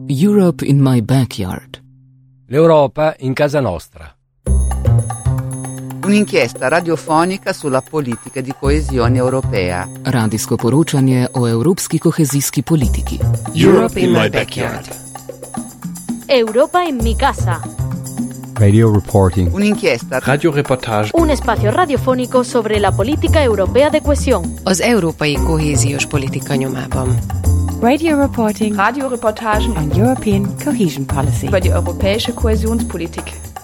Europe in my backyard. L'Europa in casa nostra. Un'inchiesta radiofonica sulla politica di coesione europea. Radijsko poročanje o evropski kohezijski politiki. Europe in my backyard. Europa en mi casa. Radio reporting. Un'inchiesta. Radioreportage. Un espacio radiofónico sobre la política europea de cohesión. Az európai kohéziós politika nyomában. Radio reporting. Radioreportagen on European cohesion policy. Über die europäische Kohäsionspolitik.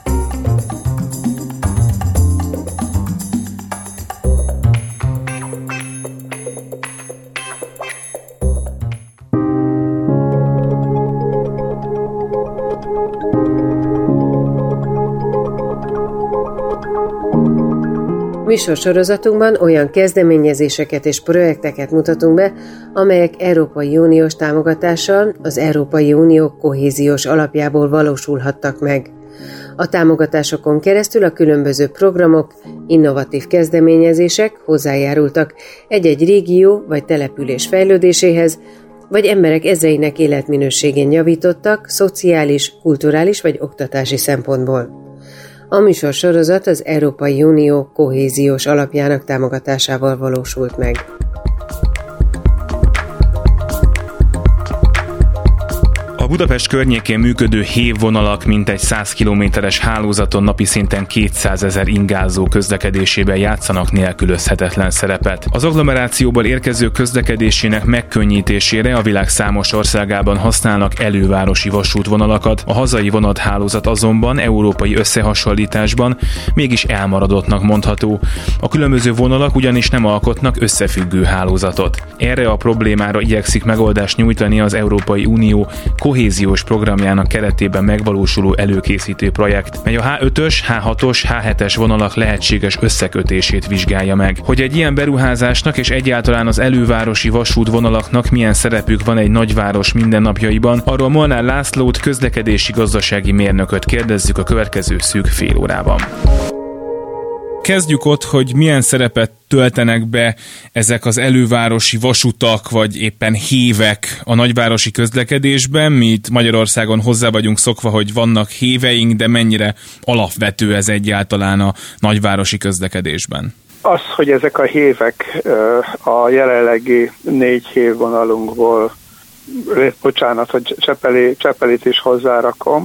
Műsorsorozatunkban olyan kezdeményezéseket és projekteket mutatunk be, amelyek Európai Uniós támogatással az Európai Unió kohéziós alapjából valósulhattak meg. A támogatásokon keresztül a különböző programok, innovatív kezdeményezések hozzájárultak egy-egy régió vagy település fejlődéséhez, vagy emberek ezreinek életminőségén javítottak szociális, kulturális vagy oktatási szempontból. A műsorsorozat az Európai Unió kohéziós alapjának támogatásával valósult meg. A Budapest környékén működő hévvonalak mintegy 100 kilométeres hálózaton napi szinten 200 000 ingázó közlekedésében játszanak nélkülözhetetlen szerepet. Az agglomerációból érkező közlekedésének megkönnyítésére a világ számos országában használnak elővárosi vasútvonalakat, a hazai vonathálózat azonban európai összehasonlításban mégis elmaradottnak mondható. A különböző vonalak ugyanis nem alkotnak összefüggő hálózatot. Erre a problémára igyekszik megoldást nyújtani az Európai Unió kohéziós programjának keretében megvalósuló előkészítő projekt, mely a H5-ös, H6-os, H7-es vonalak lehetséges összekötését vizsgálja meg. Hogy egy ilyen beruházásnak és egyáltalán az elővárosi vasútvonalaknak milyen szerepük van egy nagyváros mindennapjaiban, arról Molnár Lászlót, közlekedési gazdasági mérnököt kérdezzük a következő szűk fél órában. Kezdjük ott, hogy milyen szerepet töltenek be ezek az elővárosi vasutak, vagy éppen hévek a nagyvárosi közlekedésben. Mi itt Magyarországon hozzá vagyunk szokva, hogy vannak héveink, de mennyire alapvető ez egyáltalán a nagyvárosi közlekedésben? Az, hogy ezek a hévek a jelenlegi 4 hévvonalunkból, bocsánat, hogy Csepelit is hozzárakom,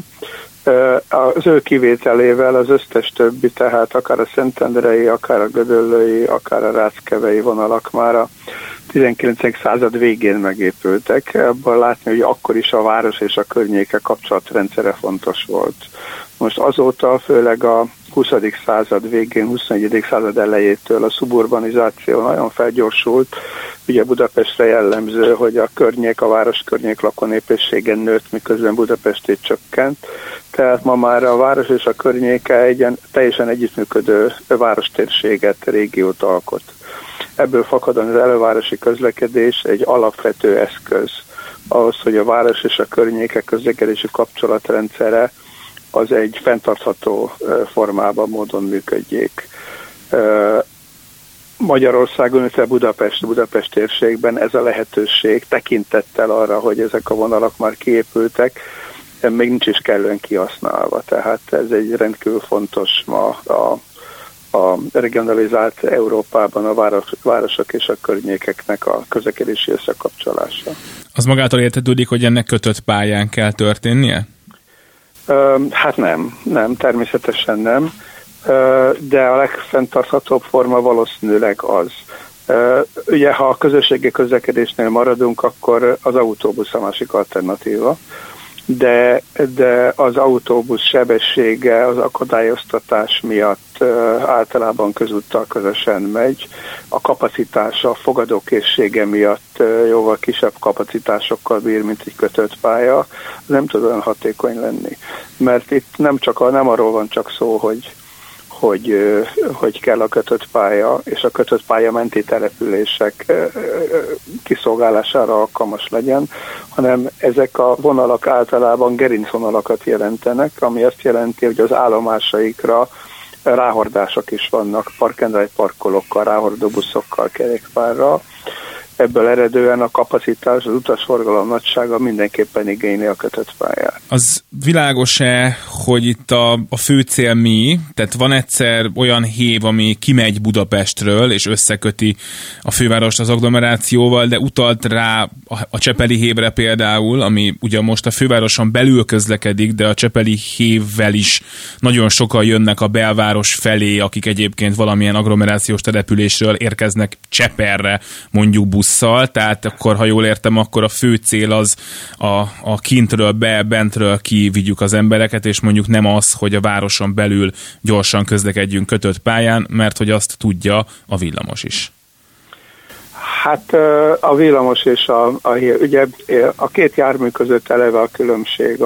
az ő kivételével az összes többi, tehát akár a szentendrei, akár a gödöllői, akár a ráckevei vonalak már a 19. század végén megépültek. Ebből látni, hogy akkor is a város és a környéke kapcsolatrendszere fontos volt. Most azóta, főleg a 20. század végén, 21. század elejétől a szuburbanizáció nagyon felgyorsult. Ugye Budapestre jellemző, hogy a város környék lakónépessége nőtt, miközben Budapestét csökkent. Tehát ma már a város és a környéke egy teljesen együttműködő várostérséget, régiót alkot. Ebből fakadóan az elővárosi közlekedés egy alapvető eszköz ahhoz, hogy a város és a környéke közlekedési kapcsolatrendszere az egy fenntartható formában, módon működjék. Magyarországon, illetve Budapest térségben ez a lehetőség tekintettel arra, hogy ezek a vonalak már kiépültek, még nincs is kellően kihasználva. Tehát ez egy rendkívül fontos ma a regionalizált Európában a városok és a környékeknek a közlekedési összekapcsolása. Az magától értetődik, hogy ennek kötött pályán kell történnie? Hát nem, természetesen nem, de a legfenntarthatóbb forma valószínűleg az. Ugye, ha a közösségi közlekedésnél maradunk, akkor az autóbusz a másik alternatíva, de az autóbusz sebessége az akadályoztatás miatt általában közúttal közösen megy, a kapacitása, a fogadókészsége miatt jóval kisebb kapacitásokkal bír, mint egy kötött pálya, nem tud olyan hatékony lenni. Mert itt nem arról van csak szó, hogy kell a kötött pálya, és a kötött pálya menti települések kiszolgálására alkalmas legyen, hanem ezek a vonalak általában gerincvonalakat jelentenek, ami azt jelenti, hogy az állomásaikra ráhordások is vannak, park-and-ride parkolókkal, ráhordó buszokkal, kerékpárral, ebből eredően a kapacitás, az utasforgalom nagysága mindenképpen igényli a kötött pályát. Az világos-e, hogy itt a fő cél mi? Tehát van egyszer olyan hév, ami kimegy Budapestről, és összeköti a fővárost az agglomerációval, de utalt rá a csepeli hévre például, ami ugye most a fővároson belül közlekedik, de a csepeli hévvel is nagyon sokan jönnek a belváros felé, akik egyébként valamilyen agglomerációs településről érkeznek Cseperre, mondjuk busszal, tehát akkor, ha jól értem, akkor a fő cél az a kintről bentről ki vigyük az embereket, és mondjuk nem az, hogy a városon belül gyorsan közlekedjünk kötött pályán, mert hogy azt tudja a villamos is. Hát a villamos és ugye a két jármű között eleve a különbség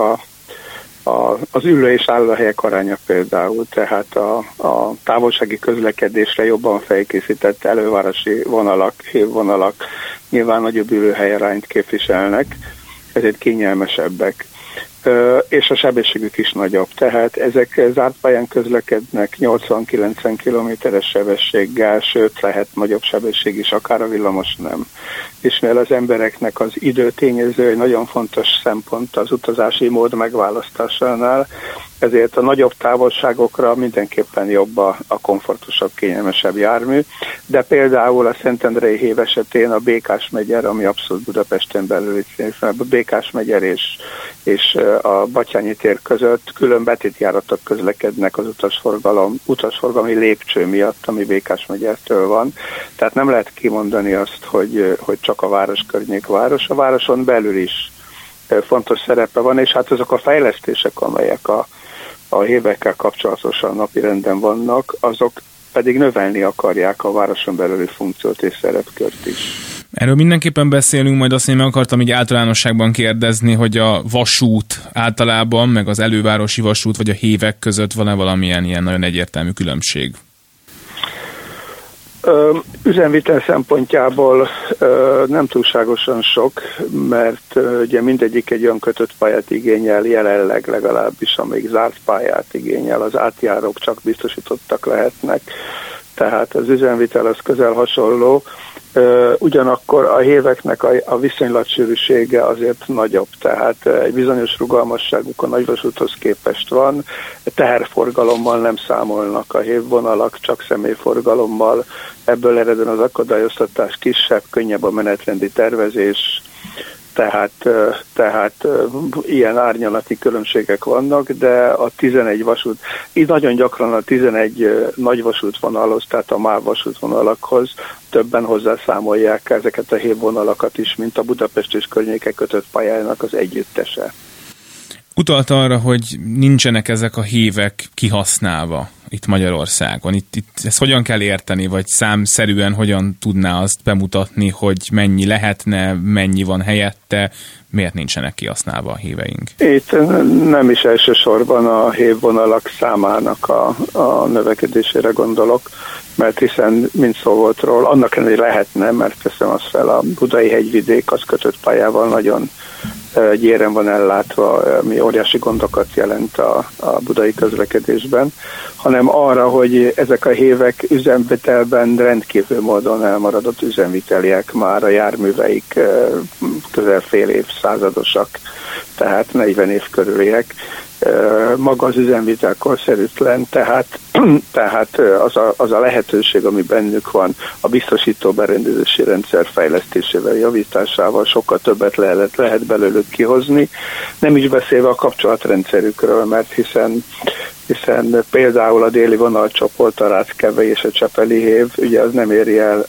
az ülő és állóhelyek aránya például, tehát a távolsági közlekedésre jobban felkészített elővárosi vonalak, hévvonalak nyilván nagyobb ülőhelyarányt képviselnek, ezért kényelmesebbek. És a sebességük is nagyobb. Tehát ezek zárt pályán közlekednek 80-90 kilométeres sebességgel, sőt lehet nagyobb sebesség is, akár a villamos nem. És mivel az embereknek az időtényező egy nagyon fontos szempont az utazási mód megválasztásánál, ezért a nagyobb távolságokra mindenképpen jobb a komfortosabb, kényelmesebb jármű, de például a Szentendrei hév esetén a Békás-megyer, ami abszolút Budapesten belül, a Békás-megyer és a Batthyány tér között külön betétjáratok közlekednek az utasforgalmi lépcső miatt, ami Békás-megyertől van. Tehát nem lehet kimondani azt, hogy csak a városkörnyék város. A városon belül is fontos szerepe van, és hát azok a fejlesztések, amelyek a hévekkel kapcsolatosan napirenden vannak, azok pedig növelni akarják a városon belüli funkciót és szerepkört is. Erről mindenképpen beszélünk, majd azt én meg akartam így általánosságban kérdezni, hogy a vasút általában, meg az elővárosi vasút, vagy a hévek között van-e valamilyen ilyen nagyon egyértelmű különbség? Üzemvitel szempontjából nem túlságosan sok, mert ugye mindegyik egy olyan kötött pályát igényel, jelenleg legalábbis, amíg zárt pályát igényel, az átjárók csak biztosítottak lehetnek, tehát az üzemvitel az közel hasonló, ugyanakkor a héveknek a viszonylatsűrűsége azért nagyobb, tehát egy bizonyos rugalmasságuk a nagyvasúthoz képest van, teherforgalommal nem számolnak a hévvonalak, csak személyforgalommal, ebből eredően az akadályoztatás kisebb, könnyebb a menetrendi tervezés, tehát ilyen árnyalati különbségek vannak, de a 11 vasút, így nagyon gyakran a 11 nagy vasútvonalhoz, tehát a MÁV vasútvonalakhoz többen hozzászámolják ezeket a hévvonalakat is, mint a Budapest és környéke kötött pályának az együttese. Utalt arra, hogy nincsenek ezek a hévek kihasználva itt Magyarországon. Itt ezt hogyan kell érteni, vagy számszerűen hogyan tudná azt bemutatni, hogy mennyi lehetne, mennyi van helyette, miért nincsenek kihasználva a héveink? Itt nem is elsősorban a hévvonalak számának a növekedésére gondolok, mert hiszen, mint szó volt róla, annak ellenére lehetne, mert teszem azt fel, a Budai hegyvidék az kötött pályával nagyon gyéren van ellátva, ami óriási gondokat jelent a budai közlekedésben, hanem arra, hogy ezek a hévek üzemvitelben rendkívül módon elmaradott üzemviteliek, már a járműveik közel fél évszázadosak, tehát 40 év körüliek. Maga az üzemvitel korszerűtlen, tehát az a lehetőség, ami bennük van, a biztosító berendezési rendszer fejlesztésével, javításával sokkal többet lehet belőlük kihozni, nem is beszélve a kapcsolatrendszerükről, mert hiszen például a déli vonalcsoport, a Ráckeve és a Csepeli hév, ugye az nem éri el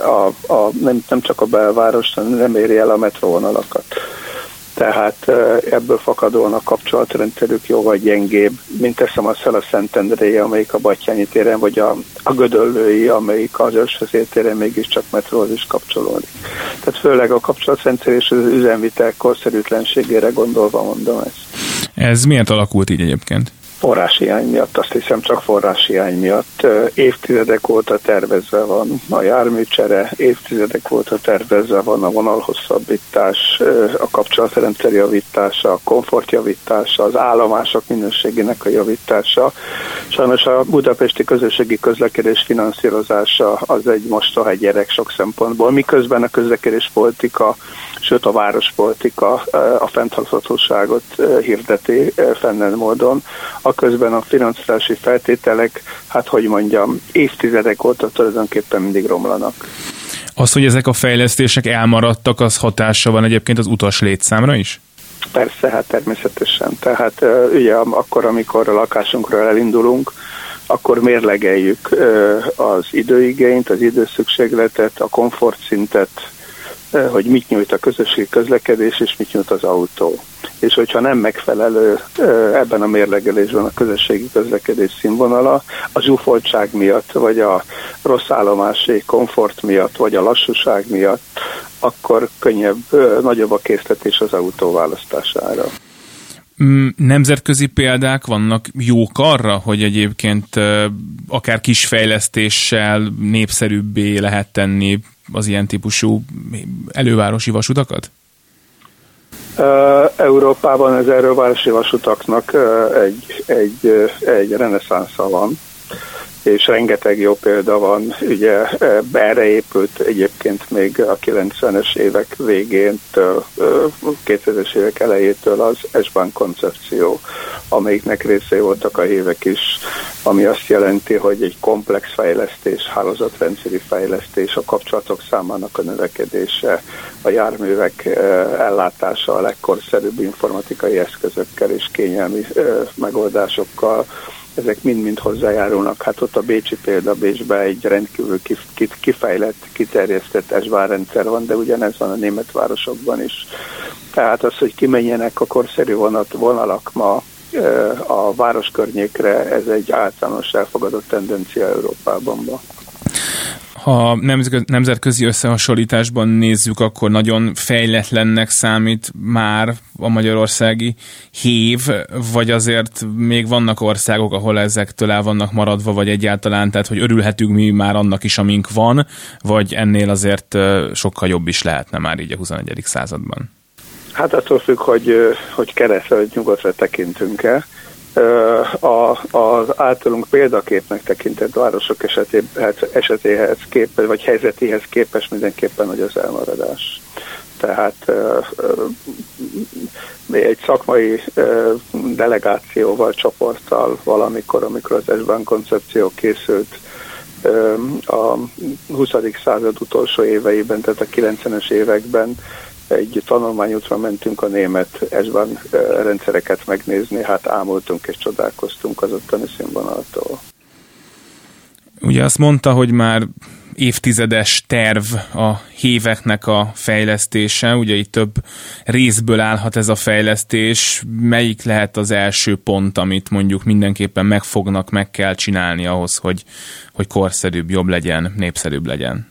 nem csak a belvárost, hanem nem éri el a metróvonalakat. Tehát ebből fakadóan a kapcsolatrendszerük jóval gyengébb, mint teszem azt fel a Szentendrei, amelyik a Batthyány téren, vagy a Gödöllői, amelyik az Őrsvezér téren mégiscsak metróhoz is kapcsolódik. Tehát főleg a kapcsolatrendszer és az üzemvitel korszerűtlenségére gondolva mondom ezt. Ez miért alakult így egyébként? Forráshiány miatt, azt hiszem csak forráshiány miatt. Évtizedek óta tervezve van a járműcsere, évtizedek óta tervezve van a vonalhosszabbítás, a kapcsolatrendszer javítása, a komfortjavítása, az állomások minőségének a javítása. Sajnos a budapesti közösségi közlekedés finanszírozása az egy mostoha gyerek sok szempontból, miközben a közlekedéspolitika, sőt a várospolitika a fenntarthatóságot hirdeti fennel módon, aközben a finanszírozási feltételek, évtizedek óta tulajdonképpen mindig romlanak. Az, hogy ezek a fejlesztések elmaradtak, az hatása van egyébként az utas létszámra is? Persze, hát természetesen. Tehát ugye akkor, amikor a lakásunkról elindulunk, akkor mérlegeljük az időigényt, az időszükségletet, a komfortszintet, hogy mit nyújt a közösségi közlekedés, és mit nyújt az autó. És hogyha nem megfelelő ebben a mérlegelésben a közösségi közlekedés színvonala, a zsúfoltság miatt, vagy a rossz állomási komfort miatt, vagy a lassúság miatt, akkor nagyobb a késztetés az autó választására. Nemzetközi példák vannak jók arra, hogy egyébként akár kis fejlesztéssel népszerűbbé lehet tenni az ilyen típusú elővárosi vasutakat? Európában az elővárosi vasutaknak egy reneszánsza van, és rengeteg jó példa van. Ugye erre épült egyébként még a 90-es évek végéntől, 2000-es évek elejétől az S-Bahn koncepció, amelyiknek részei voltak a hévek is, ami azt jelenti, hogy egy komplex fejlesztés, hálózatrendszeri fejlesztés, a kapcsolatok számának a növekedése, a járművek ellátása a legkorszerűbb informatikai eszközökkel és kényelmi megoldásokkal, ezek mind-mind hozzájárulnak. Hát ott a bécsi példa, Bécsben egy rendkívül kifejlett, kiterjesztett S-Bahn rendszer van, de ugyanez van a német városokban is. Tehát az, hogy kimenjenek a korszerű vonalak ma a város környékre, ez egy általános elfogadott tendencia Európában. Ha nemzetközi összehasonlításban nézzük, akkor nagyon fejletlennek számít már a magyarországi hév, vagy azért még vannak országok, ahol ezektől el vannak maradva, vagy egyáltalán, tehát hogy örülhetünk mi már annak is, amink van, vagy ennél azért sokkal jobb is lehetne már így a 21. században? Hát attól függ, hogy keresztre vagy nyugatra tekintünk-e. Az általunk példaképnek tekintett városok esetéhez képest, vagy helyzetéhez képest mindenképpen nagy az elmaradás. Tehát egy szakmai delegációval, csoporttal valamikor, amikor az S-Bahn koncepció készült a 20. század utolsó éveiben, tehát a 90-es években, egy tanulmányútra mentünk a német S-Bahn rendszereket megnézni, hát ámultunk és csodálkoztunk az ottani színvonaltól. Ugye azt mondta, hogy már évtizedes terv a héveknek a fejlesztése, ugye itt több részből állhat ez a fejlesztés. Melyik lehet az első pont, amit mondjuk mindenképpen megfognak, meg kell csinálni ahhoz, hogy korszerűbb, jobb legyen, népszerűbb legyen?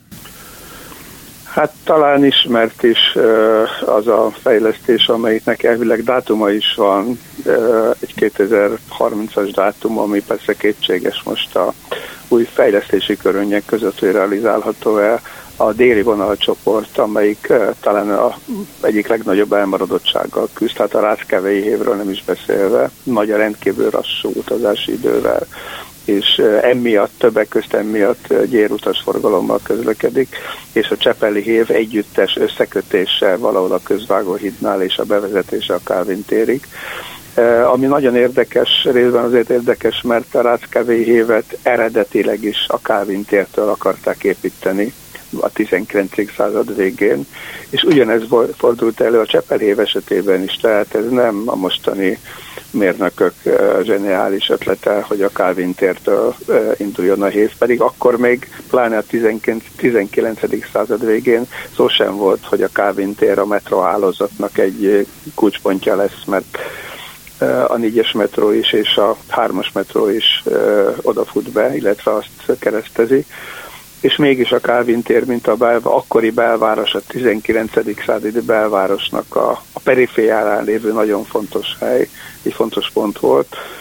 Hát talán ismert is az a fejlesztés, amelyiknek elvileg dátuma is van, egy 2030-as dátum, ami persze kétséges most a új fejlesztési körülmények között, hogy realizálható el, a déli vonalcsoport, amelyik talán egyik legnagyobb elmaradottsággal küzd, hát a Ráckevei hévről nem is beszélve, nagy a rendkívül lassú utazási idővel, és többek közt emiatt gyérutas forgalommal közlekedik, és a Csepeli hév együttes összekötése valahol a Közvágóhídnál és a bevezetése a Kálvin térig. Ami nagyon érdekes, részben azért érdekes, mert a Ráckevei hévet eredetileg is a Kálvin tértől akarták építeni a 19. század végén, és ugyanez fordult elő a Csepel hév esetében is, tehát ez nem a mostani mérnökök zseniális ötlete, hogy a Kálvin tértől induljon a hév, pedig akkor még pláne a 19. század végén szó sem volt, hogy a Kálvin tér a metróhálózatnak egy kulcspontja lesz, mert a 4-es metró is és a 3-as metró is odafut be, illetve azt keresztezi. És mégis a Kálvin tér, mint akkori belváros, a 19. századi belvárosnak a perifériáján lévő nagyon fontos hely, egy fontos pont volt.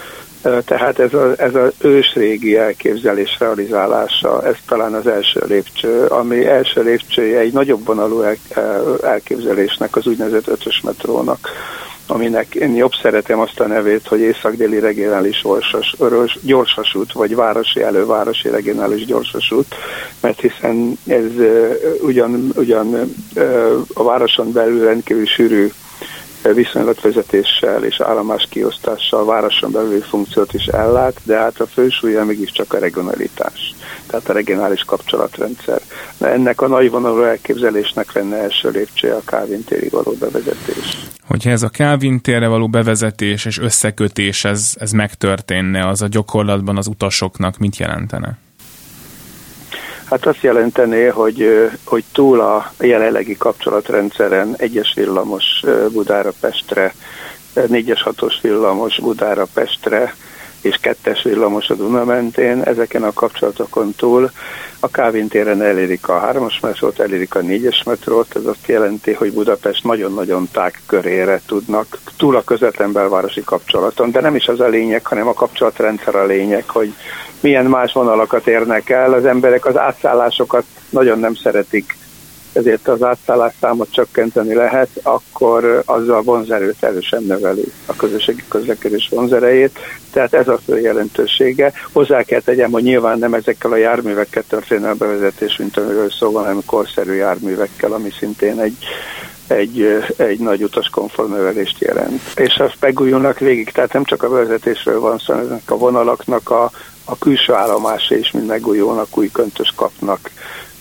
Tehát ez az ősrégi elképzelés realizálása, ez talán az első lépcső, ami első lépcsője egy nagyobb vonalú elképzelésnek, az úgynevezett 5-ös metrónak, aminek én jobb szeretem azt a nevét, hogy észak-déli regionális gyorsvasút, vagy városi regionális gyorsvasút, mert hiszen ez ugyan a városon belül rendkívül sűrű viszonylatvezetéssel és állomás kiosztással városon belüli funkciót is ellát, de hát a fősúlya mégiscsak a regionalitás, tehát a regionális kapcsolatrendszer. De ennek a nagyvonalú elképzelésnek lenne első lépcsője a Kálvin térig való bevezetés. Hogyha ez a Kálvin térre való bevezetés és összekötés, ez megtörténne, az a gyakorlatban az utasoknak mit jelentene? Hát azt jelentené, hogy túl a jelenlegi kapcsolatrendszeren 1-es villamos Budára Pestre, 4-es 6-os villamos Budára Pestre és 2-es villamos a Duna mentén, ezeken a kapcsolatokon túl a Kálvin téren elérik a 3-as metrót, elérik a 4-es metrót, ez azt jelenti, hogy Budapest nagyon-nagyon tág körére tudnak, túl a közvetlen belvárosi kapcsolaton, de nem is az a lényeg, hanem a kapcsolatrendszer a lényeg, hogy milyen más vonalakat érnek el, az emberek az átszállásokat nagyon nem szeretik, ezért az átszállás számot csökkenteni lehet, akkor azzal vonzerőt erősen növeli, a közösségi közlekedés vonzerejét, tehát ez a fő jelentősége. Hozzá kell tegyem, hogy nyilván nem ezekkel a járművekkel történne a bevezetés, mint amiről szó van, hanem korszerű járművekkel, ami szintén egy nagy utaskomfortnövelést jelent. És azt megújulnak végig, tehát nem csak a bevezetésről van szó, hanem a vonalaknak a külső állomása is mind megújulnak, új köntös kapnak,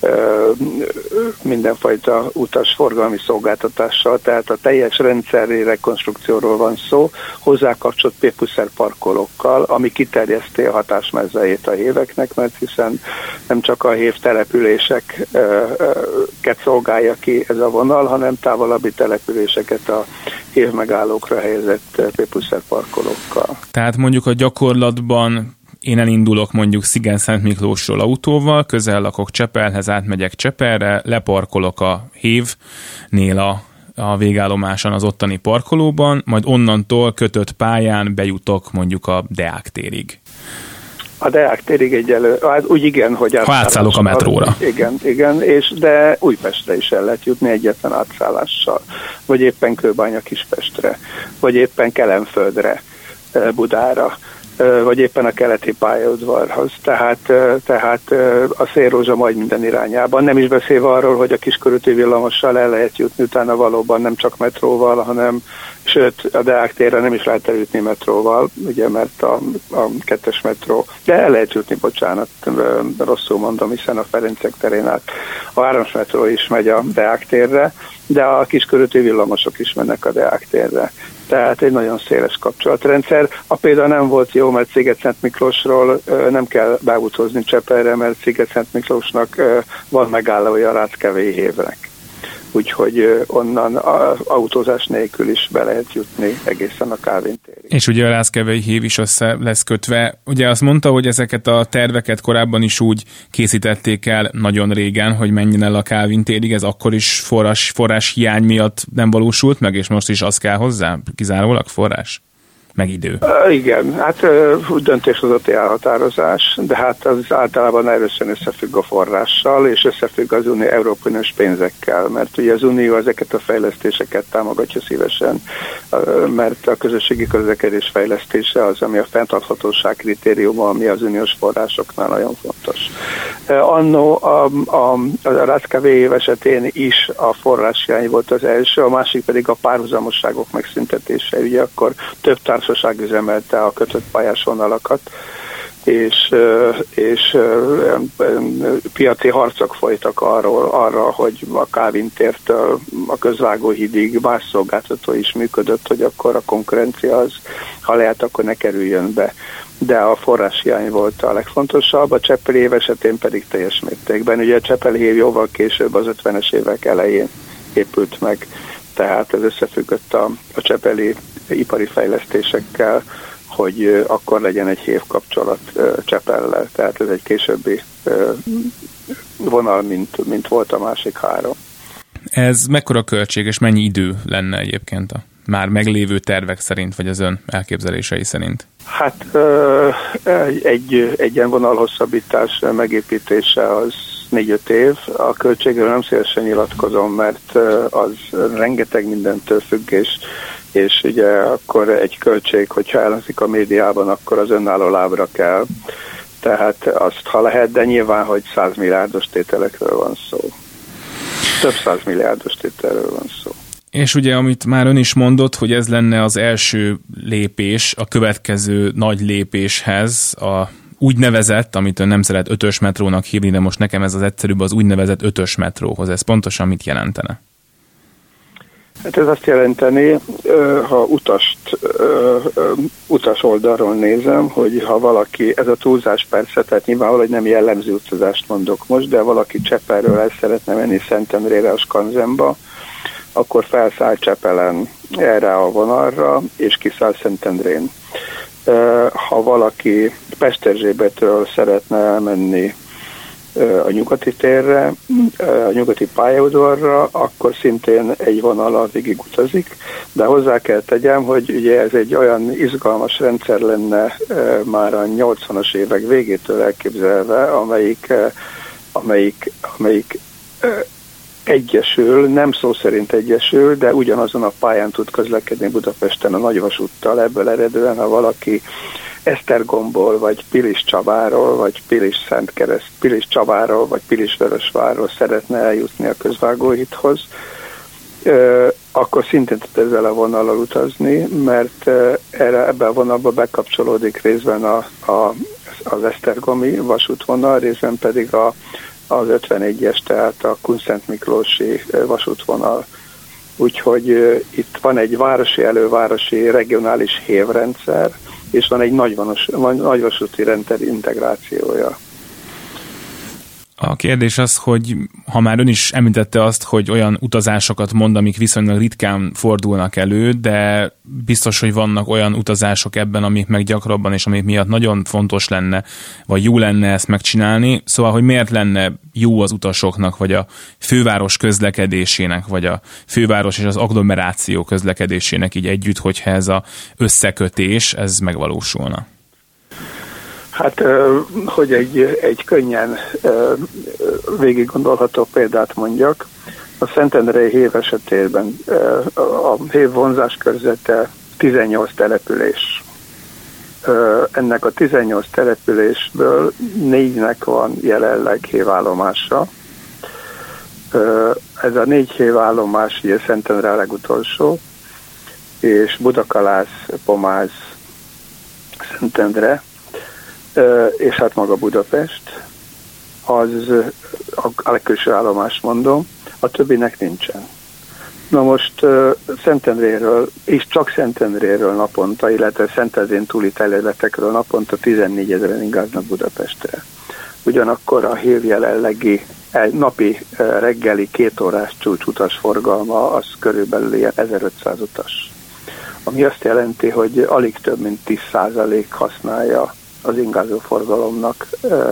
mindenfajta utasforgalmi szolgáltatással, tehát a teljes rendszeri rekonstrukcióról van szó, hozzákapcsolt P+R parkolókkal, ami kiterjeszti a hatásmezejét a héveknek, mert hiszen nem csak a hév településeket szolgálja ki ez a vonal, hanem távolabbi településeket a hév megállókra helyezett P+R parkolókkal. Tehát mondjuk a gyakorlatban én elindulok mondjuk Sziget-Szentmiklósról autóval, közel lakok Csepelhez, átmegyek Csepelre, leparkolok a hévnél a végállomáson az ottani parkolóban, majd onnantól kötött pályán bejutok mondjuk a Deák térig. A Deák térig úgy igen, hogy átszállok a metróra. Igen, de Újpestre is el lehet jutni egyetlen átszállással, vagy éppen Kőbánya Kispestre, vagy éppen Kelenföldre, Budára, vagy éppen a keleti pályaudvarhoz. Tehát a Szélrózsa majd minden irányában. Nem is beszélve arról, hogy a Kiskörúti villamossal el lehet jutni utána valóban nem csak metróval, hanem sőt, a Deák térre nem is lehet eljutni metróval, ugye, mert a 2-es metró, de el lehet jutni, bocsánat, rosszul mondom, hiszen a Ferencek terén át a 3-as metró is megy a Deák térre, de a Kiskörúti villamosok is mennek a Deák térre. Tehát egy nagyon széles kapcsolatrendszer. A példa nem volt jó, mert Sziget-Szentmiklósról nem kell beútozni Csepelre, mert Sziget-Szentmiklósnak van megállója a Ráckevei hévnek. Úgyhogy onnan autózás nélkül is be lehet jutni egészen a Kálvin térig. És ugye a Ráckevei hév is össze lesz kötve. Ugye azt mondta, hogy ezeket a terveket korábban is úgy készítették el nagyon régen, hogy menjen el a Kálvin térig, ez akkor is forrás hiány miatt nem valósult meg, és most is az kell hozzá, kizárólag forrás? Meg idő. Igen, hát döntéshozati elhatározás, de hát az általában erősen összefügg a forrással, és összefügg az Európai Uniós pénzekkel, mert ugye az Unió ezeket a fejlesztéseket támogatja szívesen, mert a közösségi közlekedés fejlesztése az, ami a fenntarthatóság kritériuma, ami az uniós forrásoknál nagyon fontos. Annó a Ráckevei hév esetén is a forráshiány volt az első, a másik pedig a párhuzamosságok megszüntetése. Ugye akkor több társaság üzemelte a kötött pályás vonalakat, és piaci harcok folytak arra, hogy a Kálvin tértől a Közvágóhídig más szolgáltató is működött, hogy akkor a konkurencia az, ha lehet, akkor ne kerüljön be. De a forráshiány volt a legfontosabb, a Csepeli hév esetén pedig teljes mértékben. Ugye a Csepeli hév jóval később, az 50-es évek elején épült meg, tehát ez összefüggött a csepeli ipari fejlesztésekkel, hogy akkor legyen egy hév kapcsolat Csepellel. Tehát ez egy későbbi vonal, mint volt a másik három. Ez mekkora költség és mennyi idő lenne egyébként a már meglévő tervek szerint, vagy az ön elképzelései szerint? Hát egy ilyen vonalhosszabbítás megépítése az 4-5 év. A költségről nem szívesen nyilatkozom, mert az rengeteg mindentől függ, és ugye akkor egy költség, hogyha elhangzik a médiában, akkor az önálló lábra kell. Tehát azt, ha lehet, de nyilván, hogy 100 milliárdos tételekről van szó. Több 100 milliárdos tételről van szó. És ugye, amit már ön is mondott, hogy ez lenne az első lépés a következő nagy lépéshez, a úgynevezett, amit ön nem szeret 5-ös metrónak hívni, de most nekem ez az egyszerűbb, az úgynevezett 5-ös metróhoz. Ez pontosan mit jelentene? Hát ez azt jelenteni, ha utas oldalról nézem, hogy ha valaki, ez a túlzás persze, tehát nyilvánvalóan nem jellemző utazást mondok most, de valaki Csepelről el szeretne menni Szentendrére a Skanzenba, akkor felszáll Csepelen erre a vonalra, és kiszáll Szentendrén. Ha valaki Pesterzsébetről szeretne elmenni a nyugati térre, a nyugati pályaudvarra, akkor szintén egy vonallal végig utazik, de hozzá kell tegyem, hogy ugye ez egy olyan izgalmas rendszer lenne már a 80-as évek végétől elképzelve, amelyik egyesül, nem szó szerint egyesül, de ugyanazon a pályán tud közlekedni Budapesten a nagyvasúttal. Ebből eredően, ha valaki Esztergomból, vagy Pilis-Csabáról, vagy Pilis-Csabáról, vagy Pilisvörösvárról szeretne eljutni a Közvágóhídhoz, akkor szintén tud ezzel a vonallal utazni, mert ebben a vonalba bekapcsolódik részben az esztergomi vasútvonal, részben pedig az 51-es, tehát a Kunszent Miklósi vasútvonal. Úgyhogy itt van egy városi-elővárosi regionális hévrendszer, és van egy nagyvasúti rendszer integrációja. A kérdés az, hogy ha már ön is említette azt, hogy olyan utazásokat mond, amik viszonylag ritkán fordulnak elő, de biztos, hogy vannak olyan utazások ebben, amik meg gyakrabban, és amik miatt nagyon fontos lenne, vagy jó lenne ezt megcsinálni. Szóval, hogy miért lenne jó az utasoknak, vagy a főváros közlekedésének, vagy a főváros és az agglomeráció közlekedésének így együtt, hogyha ez az összekötés, ez megvalósulna? Hát, hogy egy könnyen végig gondolható példát mondjak, a Szentendrei hév esetében a hév vonzáskörzete 18 település. Ennek a 18 településből 4-nek van jelenleg hévállomása. Ez a 4 hévállomás, ugye Szentendre a legutolsó, és Budakalász, Pomáz, Szentendre, és hát maga Budapest, az a legkülső állomás mondom, a többinek nincsen. Na most Szentendréről, és csak Szentendréről naponta, illetve Szentendrén túli területekről naponta 14 000-en ingáznak Budapestre. Ugyanakkor a hév jelenlegi napi reggeli 2 órás csúcsutas forgalma az körülbelül ilyen 1500 utas. Ami azt jelenti, hogy alig több mint 10% használja az ingázó forgalomnak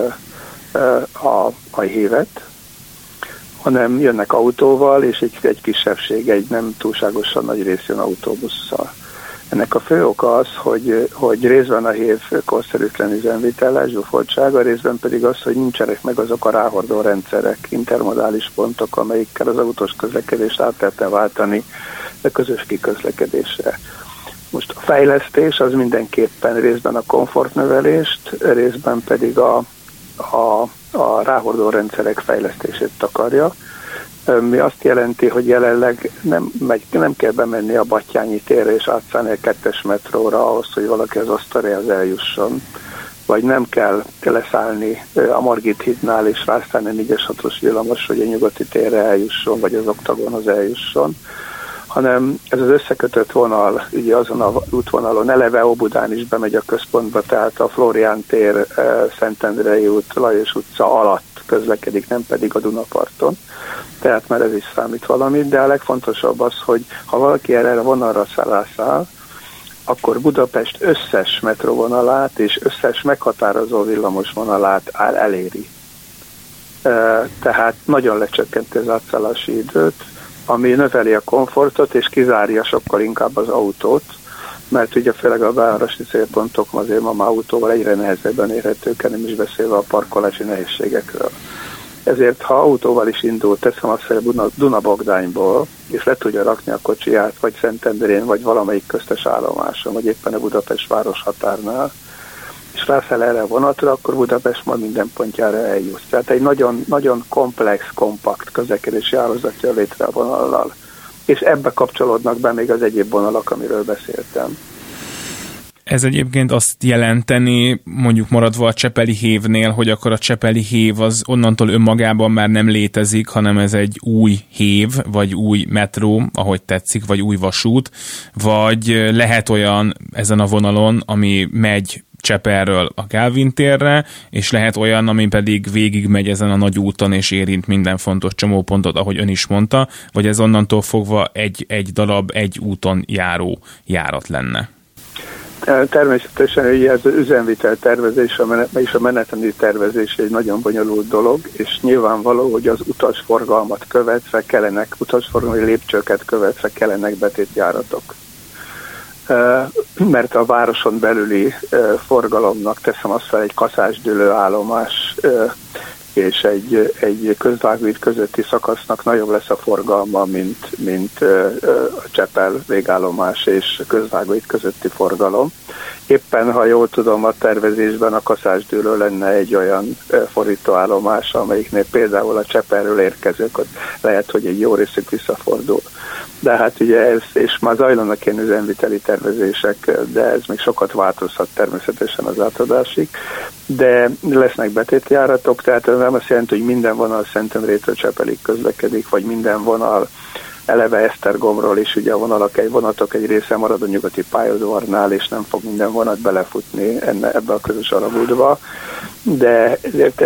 a hévet, hanem jönnek autóval, és egy kisebbség, egy nem túlságosan nagy rész jön autóbusszal. Ennek a fő oka az, hogy részben a hév korszerűtlen üzemvitele, zsúfoltsága, részben pedig az, hogy nincsenek meg azok a ráhordó rendszerek, intermodális pontok, amelyikkel az autós közlekedést át lehetne váltani a közös kiközlekedésre. Most a fejlesztés az mindenképpen részben a komfortnövelést, részben pedig a ráhordó rendszerek fejlesztését takarja. Mi azt jelenti, hogy jelenleg nem kell bemenni a Battyányi térre és átszállni a 2-es metróra ahhoz, hogy valaki az Asztoréhoz eljusson, vagy nem kell leszállni a Margit hídnál és rászállni a 4-es 6-os villamos, hogy a Nyugati térre eljusson, vagy az Oktagonhoz eljusson, hanem ez az összekötött vonal, ugye azon a útvonalon eleve Óbudán is bemegy a központba, tehát a Flórián tér, Szentendrei út, Lajos utca alatt közlekedik, nem pedig a Dunaparton. Tehát már ez is számít valamit, de a legfontosabb az, hogy ha valaki erre a vonalra száll, akkor Budapest összes metróvonalát és összes meghatározó villamos vonalát eléri. Tehát nagyon lecsökkenti az átszállási időt, ami növeli a komfortot, és kizárja sokkal inkább az autót, mert ugye főleg a városi célpontok azért ma már autóval egyre nehezebben érhetők, nem is beszélve a parkolási nehézségekről. Ezért, ha autóval is indul, teszem azt, hogy Dunabogdányból, és le tudja rakni a kocsiját, vagy Szentendrén, vagy valamelyik köztes állomáson, vagy éppen a Budapest város határnál, és rászáll erre a vonatra, akkor Budapest ma minden pontjára eljut. Tehát egy nagyon, nagyon komplex, kompakt közlekedési hálózat jön létre a vonallal. És ebbe kapcsolódnak be még az egyéb vonalak, amiről beszéltem. Ez egyébként azt jelenteni, mondjuk maradva a Csepeli hévnél, hogy akkor a Csepeli hév az onnantól önmagában már nem létezik, hanem ez egy új hév, vagy új metró, ahogy tetszik, vagy új vasút, vagy lehet olyan ezen a vonalon, ami megy Csepelről a Kálvin térre, és lehet olyan, ami pedig végig megy ezen a nagy úton, és érint minden fontos csomópontot, ahogy ön is mondta, vagy ez onnantól fogva egy darab, egy úton járó járat lenne? Természetesen ugye ez az üzemvitel tervezés és a menetrend tervezés egy nagyon bonyolult dolog, és nyilvánvaló, hogy az utasforgalmat követve kellenek, utasforgalmi lépcsőket követve kellenek betétjáratok. Mert a városon belüli forgalomnak teszem azt fel, egy kaszásdőlő állomás és egy közvágút közötti szakasznak nagyobb lesz a forgalma, mint a Csepel végállomás és közvágút közötti forgalom. Éppen, ha jól tudom, a tervezésben a kaszásdőlő lenne egy olyan fordítóállomás, amelyiknél például a Csepelről érkezők, ott lehet, hogy egy jó részük visszafordul. De hát ugye ez, és már zajlanak ilyen üzemviteli tervezések, de ez még sokat változhat természetesen az átadásig, de lesznek betétjáratok, tehát nem azt jelenti, hogy minden vonal Szentendrétől Csepelig közlekedik, vagy minden vonal eleve Esztergomról is, ugye a vonatok egy része marad a nyugati pályaudvarnál, és nem fog minden vonat belefutni ebbe a közös alagútba, de ezért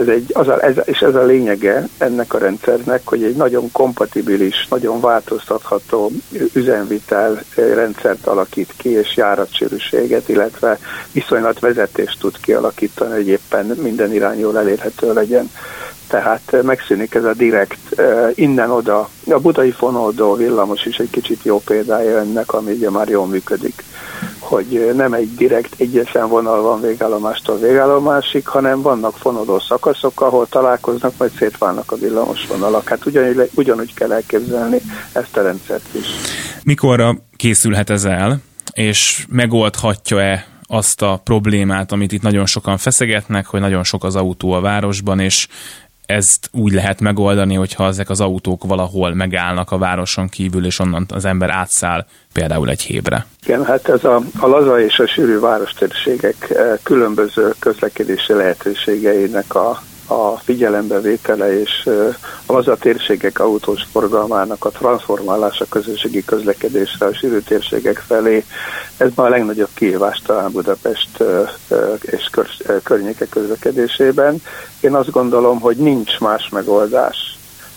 ez a lényege ennek a rendszernek, hogy egy nagyon kompatibilis, nagyon változtatható üzemvitel rendszert alakít ki, és járatsűrűséget, illetve viszonylatvezetést tud kialakítani, hogy éppen minden irányról elérhető legyen. Tehát megszűnik ez a direkt innen-oda. A budai fonódó villamos is egy kicsit jó példája ennek, ami ugye már jól működik. Hogy nem egy direkt egyetlen vonal van végállomástól végállomásig, hanem vannak fonódó szakaszok, ahol találkoznak, majd szétválnak a villamos vonalak. Hát ugyanúgy kell elképzelni ezt a rendszert is. Mikorra készülhet ez el, és megoldhatja-e azt a problémát, amit itt nagyon sokan feszegetnek, hogy nagyon sok az autó a városban, és ezt úgy lehet megoldani, hogyha ezek az autók valahol megállnak a városon kívül, és onnan az ember átszáll például egy hévre. Igen, hát ez a laza és a sűrű várostérségek különböző közlekedési lehetőségeinek a figyelembevétele és a laza térségek autós forgalmának a transformálása közösségi közlekedésre a sűrű térségek felé, ez ma a legnagyobb kihívás talán Budapest és környéke közlekedésében. Én azt gondolom, hogy nincs más megoldás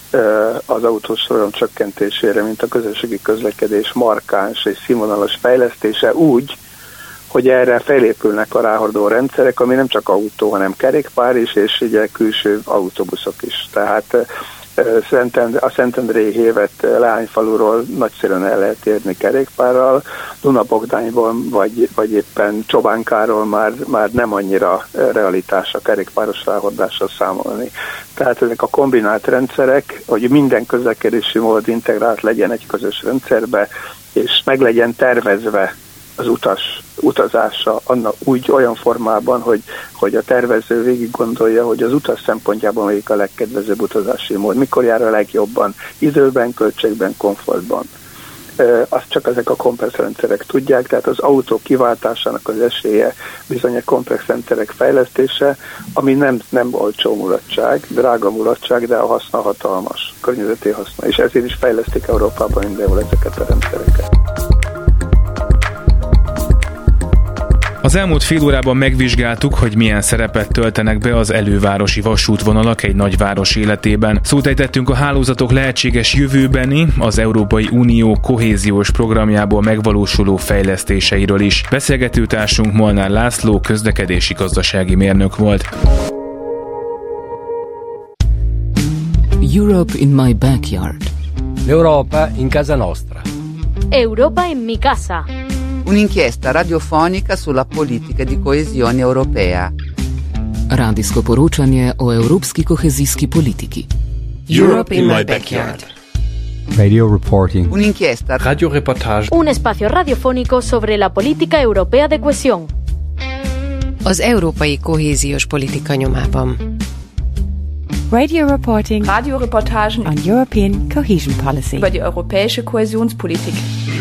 az autós forgalom csökkentésére, mint a közösségi közlekedés markáns és színvonalas fejlesztése úgy, hogy erre felépülnek a ráhordó rendszerek, ami nem csak autó, hanem kerékpár is, és ugye külső autóbuszok is. Tehát a Szentendrei hévet Leányfaluról nagyszerűen el lehet érni kerékpárral, Dunabogdányból vagy éppen Csobánkáról már nem annyira realitás a kerékpáros ráhordással számolni. Tehát ezek a kombinált rendszerek, hogy minden közlekedési mód integrált legyen egy közös rendszerbe, és meg legyen tervezve az utazása annak olyan formában, hogy a tervező végig gondolja, hogy az utas szempontjából melyik a legkedvezőbb utazási mód, mikor jár a legjobban, időben, költségben, komfortban. Azt csak ezek a komplex rendszerek tudják, tehát az autó kiváltásának az esélye bizony a komplex rendszerek fejlesztése, ami nem olcsó mulatság, drága mulatság, de a haszna hatalmas, környezeti haszna, és ezért is fejlesztik Európában mindenhol ezeket a rendszereket. Az elmúlt fél órában megvizsgáltuk, hogy milyen szerepet töltenek be az elővárosi vasútvonalak egy nagyváros életében. Szót ejtettünk a hálózatok lehetséges jövőbeni, az Európai Unió kohéziós programjából megvalósuló fejlesztéseiről is. Beszélgetőtársunk Molnár László közlekedési gazdasági mérnök volt. Europe in my backyard. L'Europa in casa nostra. Europa en mi casa. Un'inchiesta radiofonica sulla politica di coesione europea. Radijsko poročanje o evropski kohezijski politiki. Europe in my backyard. Radio reporting. Un'inchiesta Radioreportage. Un espacio radiofónico sobre la política europea de cohesión. Az európai kohéziós politika nyomában. Radio reporting. Radioreportagen on European cohesion policy. über die europäische Kohäsionspolitik.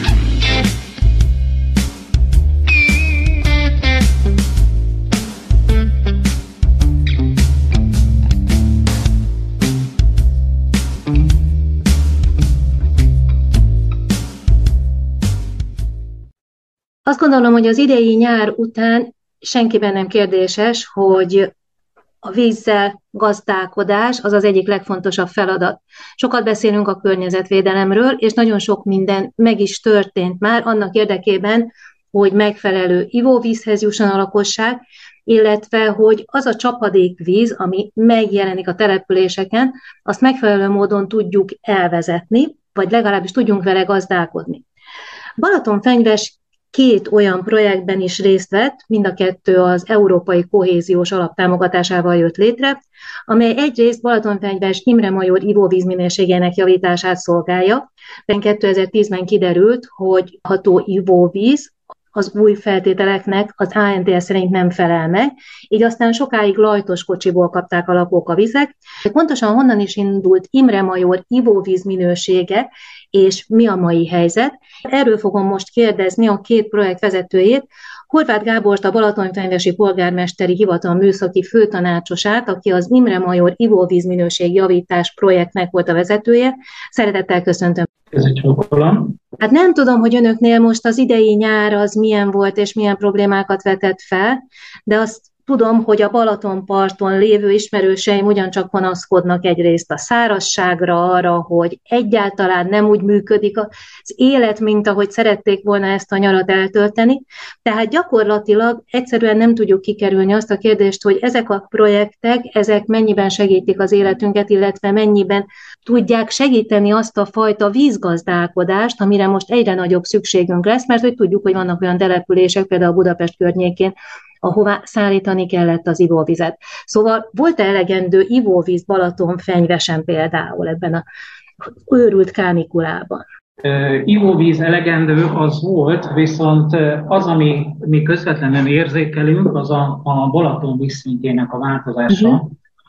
Azt gondolom, hogy az idei nyár után senkiben nem kérdéses, hogy a vízzel gazdálkodás az az egyik legfontosabb feladat. Sokat beszélünk a környezetvédelemről, és nagyon sok minden meg is történt már annak érdekében, hogy megfelelő ivóvízhez jusson a lakosság, illetve hogy az a csapadékvíz, ami megjelenik a településeken, azt megfelelő módon tudjuk elvezetni, vagy legalábbis tudjunk vele gazdálkodni. Balatonfenyves 2 olyan projektben is részt vett, mind a 2 az Európai Kohéziós Alap támogatásával jött létre, amely egyrészt Balatonfenyves Imre Major ivóvíz minőségének javítását szolgálja. 2010-ben kiderült, hogy ható ivóvíz az új feltételeknek az ANTS szerint nem felel meg, így aztán sokáig lajtos kocsiból kapták a lakók a vizet. Pontosan honnan is indult Imre Major ivóvíz minősége, és mi a mai helyzet? Erről fogom most kérdezni a 2 projekt vezetőjét, Horváth Gábort, a Balatonfenyvesi Polgármesteri Hivatal műszaki főtanácsosát, aki az Imre Major ivóvízminőség javítás projektnek volt a vezetője. Szeretettel köszöntöm. Köszönöm. Hát nem tudom, hogy önöknél most az idei nyár az milyen volt és milyen problémákat vetett fel, de azt tudom, hogy a Balatonparton lévő ismerőseim ugyancsak panaszkodnak egyrészt a szárazságra, arra, hogy egyáltalán nem úgy működik az élet, mint ahogy szerették volna ezt a nyarat eltölteni. Tehát gyakorlatilag egyszerűen nem tudjuk kikerülni azt a kérdést, hogy ezek a projektek, ezek mennyiben segítik az életünket, illetve mennyiben tudják segíteni azt a fajta vízgazdálkodást, amire most egyre nagyobb szükségünk lesz, mert hogy tudjuk, hogy vannak olyan települések, például Budapest környékén, ahová szállítani kellett az ivóvizet. Szóval volt-e elegendő ivóvíz Balatonfenyvesen például ebben a őrült kánikulában? Ivóvíz elegendő az volt, viszont az, ami mi közvetlenül érzékelünk, az a Balaton vízszintjének a változása,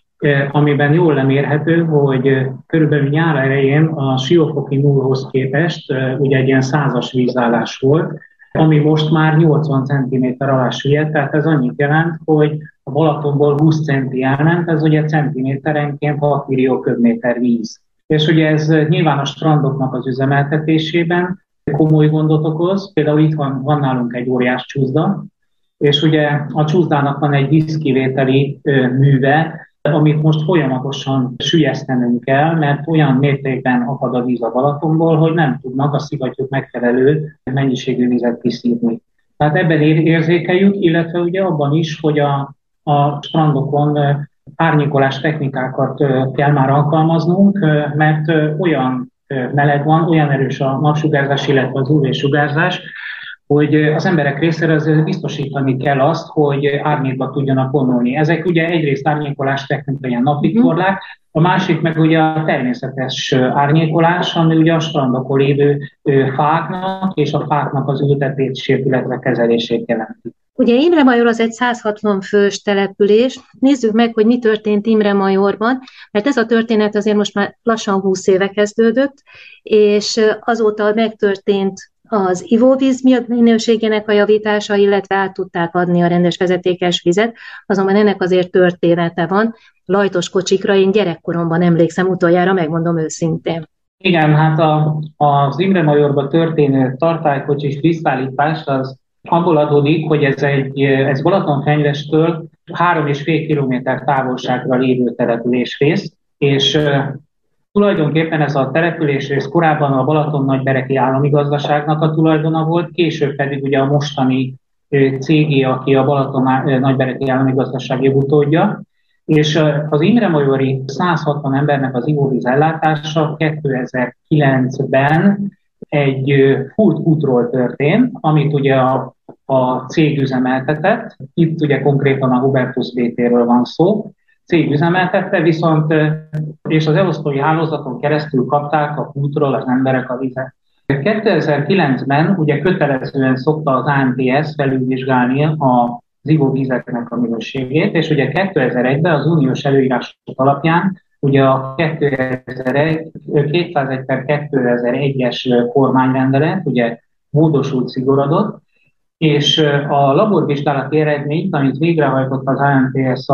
amiben jól lemérhető, hogy körülbelül nyár elején a Siófoki nullhoz képest ugye egy ilyen 100-as vízállás volt, ami most már 80 cm alá süllyedt, tehát ez annyit jelent, hogy a Balatonból 20 centi elment, ez ugye centiméterenként 6 millió köbméter víz. És ugye ez nyilván a strandoknak az üzemeltetésében komoly gondot okoz, például itt van nálunk egy óriás csúszda, és ugye a csúszdának van egy vízkivételi műve, amit most folyamatosan süllyesztenünk kell, mert olyan mértékben akad a víz a Balatonból, hogy nem tudnak a szivattyúk megfelelő mennyiségű vizet kiszívni. Tehát ebben érzékeljük, illetve ugye abban is, hogy a strandokon árnyékolás technikákat kell már alkalmaznunk, mert olyan meleg van, olyan erős a napsugárzás, illetve az UV-sugárzás, hogy az emberek részéről azért biztosítani kell azt, hogy árnyékba tudjanak vonulni. Ezek ugye egyrészt árnyékolás technika, ilyen napvitorlák, a másik meg ugye a természetes árnyékolás, ami ugye a strandokon lévő fáknak és a fáknak az ültetését, illetve kezelését jelenti. Ugye Imre Major az egy 160 fős település. Nézzük meg, hogy mi történt Imre Majorban, mert ez a történet azért most már lassan 20 éve kezdődött, és azóta megtörtént az ivóvíz minőségének a javítása, illetve át tudták adni a rendes vezetékes vizet, azonban ennek azért története van. Lajtos kocsikra én gyerekkoromban emlékszem utoljára, megmondom őszintén. Igen, hát az Imre Majorban történő tartálykocsis vízszállítás az abból adódik, hogy ez Balatonfenyvestől 3,5 kilométer távolságra lévő településrész, és tulajdonképpen ez a településrész korábban a Balaton-Nagybereki állami gazdaságnak a tulajdona volt, később pedig ugye a mostani cégé, aki a Balaton-Nagybereki állami gazdaság jogutódja, És az Imre-majori 160 embernek az ivóvíz ellátása 2009-ben egy full kútról történt, amit ugye a cég üzemeltetett. Itt ugye konkrétan a Hubertus BT-ről van szó. Cég üzemeltette, viszont és az elosztói hálózaton keresztül kapták a kútról az emberek a vizet. 2009-ben ugye kötelezően szokta az ANTS felülvizsgálni az ivóvízeknek a minőségét, és ugye 2001-ben az uniós előírások alapján ugye a 201/2001-es kormányrendelet ugye módosult, szigorodott, és a laborvizsgálati eredményt, amit végrehajtott az ANTS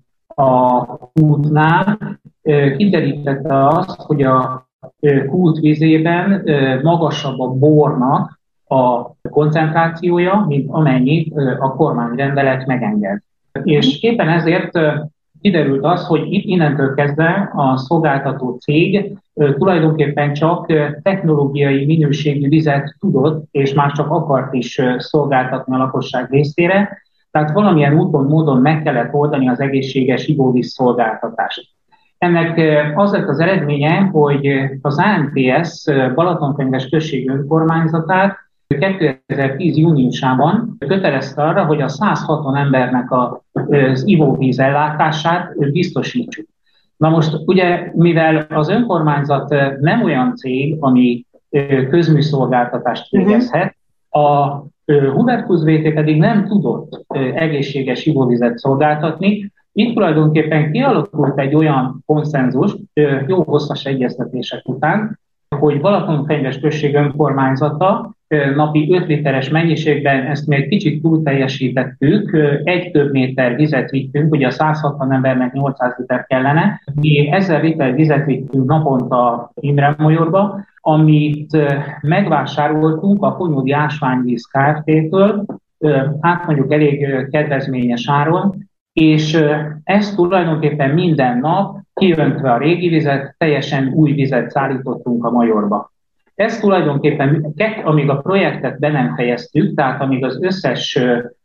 a kútnál, kiderítette azt, hogy a kút vízében magasabb a bornak a koncentrációja, mint amennyit a kormányrendelet megenged. És éppen ezért kiderült az, hogy innentől kezdve a szolgáltató cég tulajdonképpen csak technológiai minőségű vizet tudott, és már csak akart is szolgáltatni a lakosság részére, tehát valamilyen úton, módon meg kellett oldani az egészséges ivóvíz szolgáltatást. Ennek az lett az eredménye, hogy az ANTS Balatonfenyves község önkormányzatát 2010. júniusában kötelezte arra, hogy a 160 embernek az ivóvíz ellátását biztosítsuk. Na most ugye, mivel az önkormányzat nem olyan cég, ami közműszolgáltatást végezhet, a Hubertus BT pedig nem tudott egészséges ivóvizet szolgáltatni. Itt tulajdonképpen kialakult egy olyan konszenzus, jó hosszas egyeztetések után, hogy Balatonfenyves község önkormányzata napi 5 literes mennyiségben, ezt még kicsit túl teljesítettük, 1 köbméter vizet vittünk, ugye a 160 embernek 800 liter kellene, mi 1000 liter vizet vittünk naponta Imre-majorba, amit megvásároltunk a Konyódi Ásványvíz Kft-től, hát mondjuk elég kedvezményes áron, és ezt tulajdonképpen minden nap kiöntve a régi vizet, teljesen új vizet szállítottunk a Majorba. Ez tulajdonképpen, amíg a projektet be nem fejeztük, tehát amíg az összes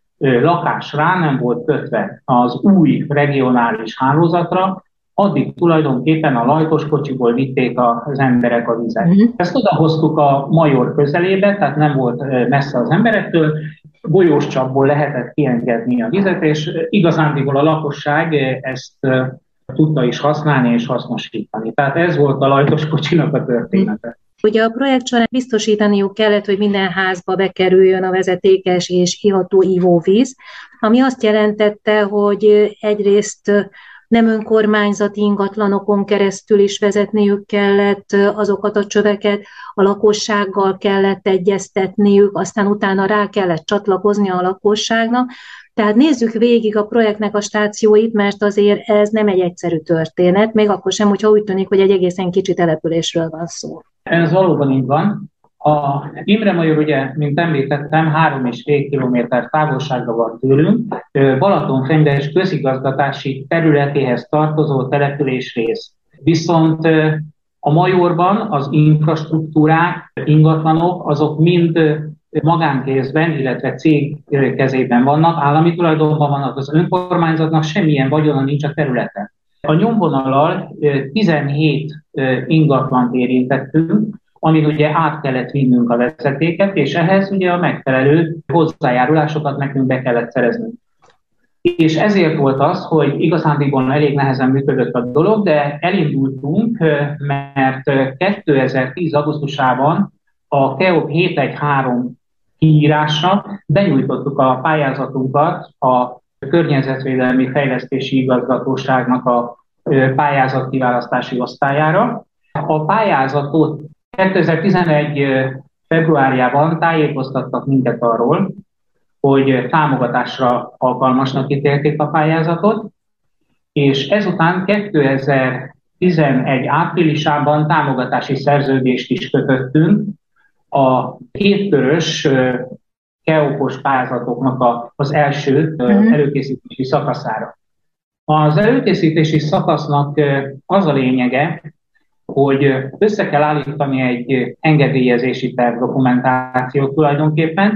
lakás rá nem volt kötve az új regionális hálózatra, addig tulajdonképpen a lajtos kocsiból vitték az emberek a vizet. Ezt odahoztuk a Major közelébe, tehát nem volt messze az emberektől, golyóscsapból lehetett kiengedni a vizet, és igazándiból a lakosság ezt tudta is használni és hasznosítani. Tehát ez volt a lajtos kocsinak a története. Ugye a projekt során biztosítaniuk kellett, hogy minden házba bekerüljön a vezetékes és iható ivóvíz, ami azt jelentette, hogy egyrészt nem önkormányzati ingatlanokon keresztül is vezetniük kellett azokat a csöveket, a lakossággal kellett egyeztetniük, aztán utána rá kellett csatlakozni a lakosságnak. Tehát nézzük végig a projektnek a stációit, mert azért ez nem egy egyszerű történet, még akkor sem, hogyha úgy tűnik, hogy egy egészen kicsi településről van szó. Ez valóban így van. A Imre-major, ugye, mint említettem, 3,5 kilométer távolságban van tőlünk. Balatonfenyves közigazgatási területéhez tartozó településrész. Viszont a Majorban az infrastruktúrák, ingatlanok, azok mind magánkézben, illetve cég kezében vannak, állami tulajdonban vannak, az önkormányzatnak semmilyen vagyona nincs a területen. A nyomvonallal 17 ingatlant érintettünk, amin ugye át kellett vinnünk a vezetéket, és ehhez ugye a megfelelő hozzájárulásokat nekünk be kellett szereznünk. És ezért volt az, hogy igazándiból elég nehezen működött a dolog, de elindultunk, mert 2010. augusztusában a KEOP 713 kiírásra benyújtottuk a pályázatunkat a Környezetvédelmi Fejlesztési Igazgatóságnak a pályázatkiválasztási osztályára. A pályázatot 2011. februárjában tájékoztattak minket arról, hogy támogatásra alkalmasnak ítélték a pályázatot, és ezután 2011. áprilisában támogatási szerződést is kötöttünk a kétkörös KEOP-os pályázatoknak az első előkészítési szakaszára. Az előkészítési szakasznak az a lényege, hogy össze kell állítani egy engedélyezési terv dokumentációt tulajdonképpen.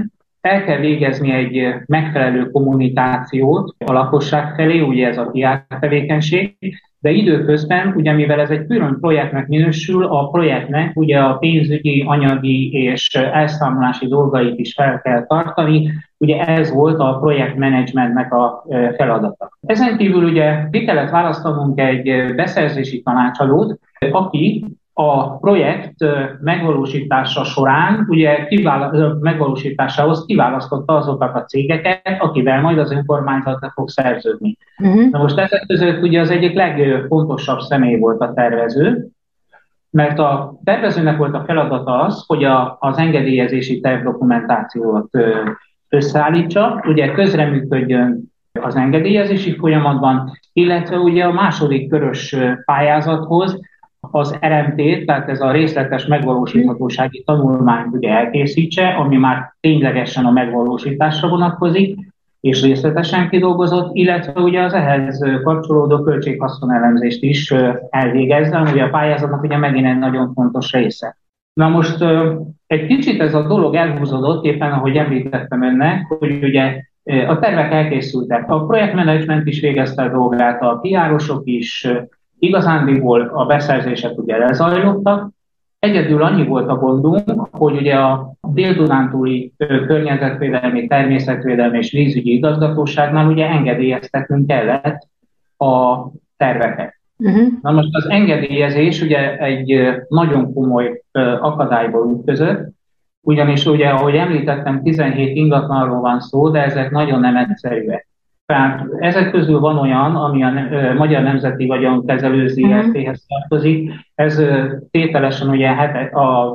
el kell végezni egy megfelelő kommunikációt a lakosság felé, ugye ez a PR tevékenység, de időközben, ugye mivel ez egy külön projektnek minősül, a projektnek ugye a pénzügyi, anyagi és elszámolási dolgait is fel kell tartani, ugye ez volt a projektmenedzsmentnek a feladata. Ezen kívül ugye ki kellett választanunk egy beszerzési tanácsadót, aki a projekt megvalósítása során, ugye megvalósításához kiválasztotta azokat a cégeket, akivel majd az önkormányzat fog szerződni. Na most ezek között ugye az egyik legfontosabb személy volt a tervező, mert a tervezőnek volt a feladata az, hogy az engedélyezési tervdokumentációt összeállítsa, ugye közreműködjön az engedélyezési folyamatban, illetve ugye a második körös pályázathoz az RMT, tehát ez a részletes megvalósíthatósági tanulmányt ugye elkészítse, ami már ténylegesen a megvalósításra vonatkozik, és részletesen kidolgozott, illetve ugye az ehhez kapcsolódó költséghaszonelemzést is elvégezze, ami a pályázatnak ugye megint egy nagyon fontos része. Na most egy kicsit ez a dolog elhúzódott, éppen ahogy említettem önnek, hogy ugye a tervek elkészültek, a projektmenedzsment is végezte a dolgát, a PR-osok is, igazándiból a beszerzések ugye lezajlottak. Egyedül annyi volt a gondunk, hogy ugye a Dél-Dunántúli környezetvédelmi, természetvédelmi és vízügyi igazgatóságnál ugye engedélyeztetnünk kellett a terveket. Na most az engedélyezés ugye egy nagyon komoly akadályba ütközött, ugyanis ugye, ahogy említettem, 17 ingatlanról van szó, de ezek nagyon nem egyszerűek. Tehát ezek közül van olyan, ami a Magyar Nemzeti Vagyonkezelő Zrt-hez tartozik. Ez tételesen ugye a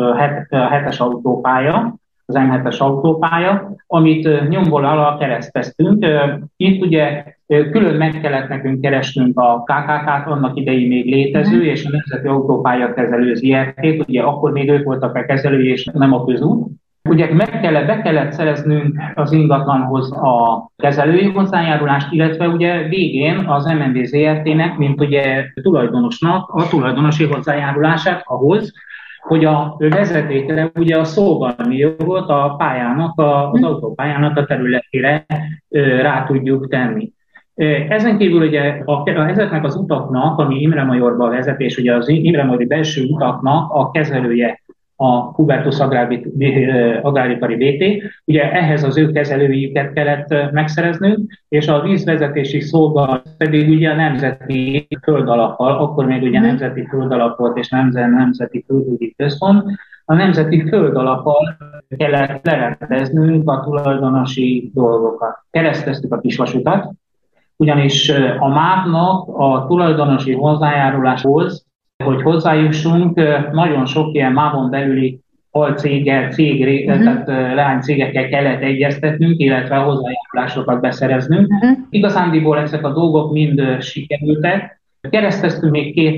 7-es autópálya, az M7-es autópálya, amit nyomvonallal kereszteztünk. Itt ugye külön meg kellett nekünk keresnünk a KKK-t, annak idején még létező, és a Nemzeti Autópálya Kezelő Zrt-t, ugye akkor még ők voltak a kezelői, és nem a közút. Ugye be kellett szereznünk az ingatlanhoz a kezelői hozzájárulást, illetve ugye végén az MNB Zrt-nek, mint ugye tulajdonosnak a tulajdonosi hozzájárulását ahhoz, hogy a vezetékre ugye a szóvalmi jogot a pályának, az autópályának a területére rá tudjuk tenni. Ezen kívül ugye ezeknek az utaknak, ami Imre Majorba vezet, és ugye az Imre Majori belső utaknak a kezelője a Hubertus Agráripari BT, ugye ehhez az ő kezelőiket kellett megszereznünk, és a vízvezetési szolgálat pedig ugye a Nemzeti Földalappal, akkor még ugye Nemzeti Földalap volt és Nemzeti Földügyi Központ, a Nemzeti Földalappal kellett lerendeznünk a tulajdonosi dolgokat. Kereszteztük a kisvasutat, ugyanis a MÁV-nak a tulajdonosi hozzájáruláshoz, hogy hozzájussunk, nagyon sok ilyen MÁV-on belüli alcéggel, tehát leánycégekkel kellett egyeztetnünk, illetve hozzájárulásokat beszereznünk. Igazándiból ezek a dolgok mind sikerültek. Kereszteztünk még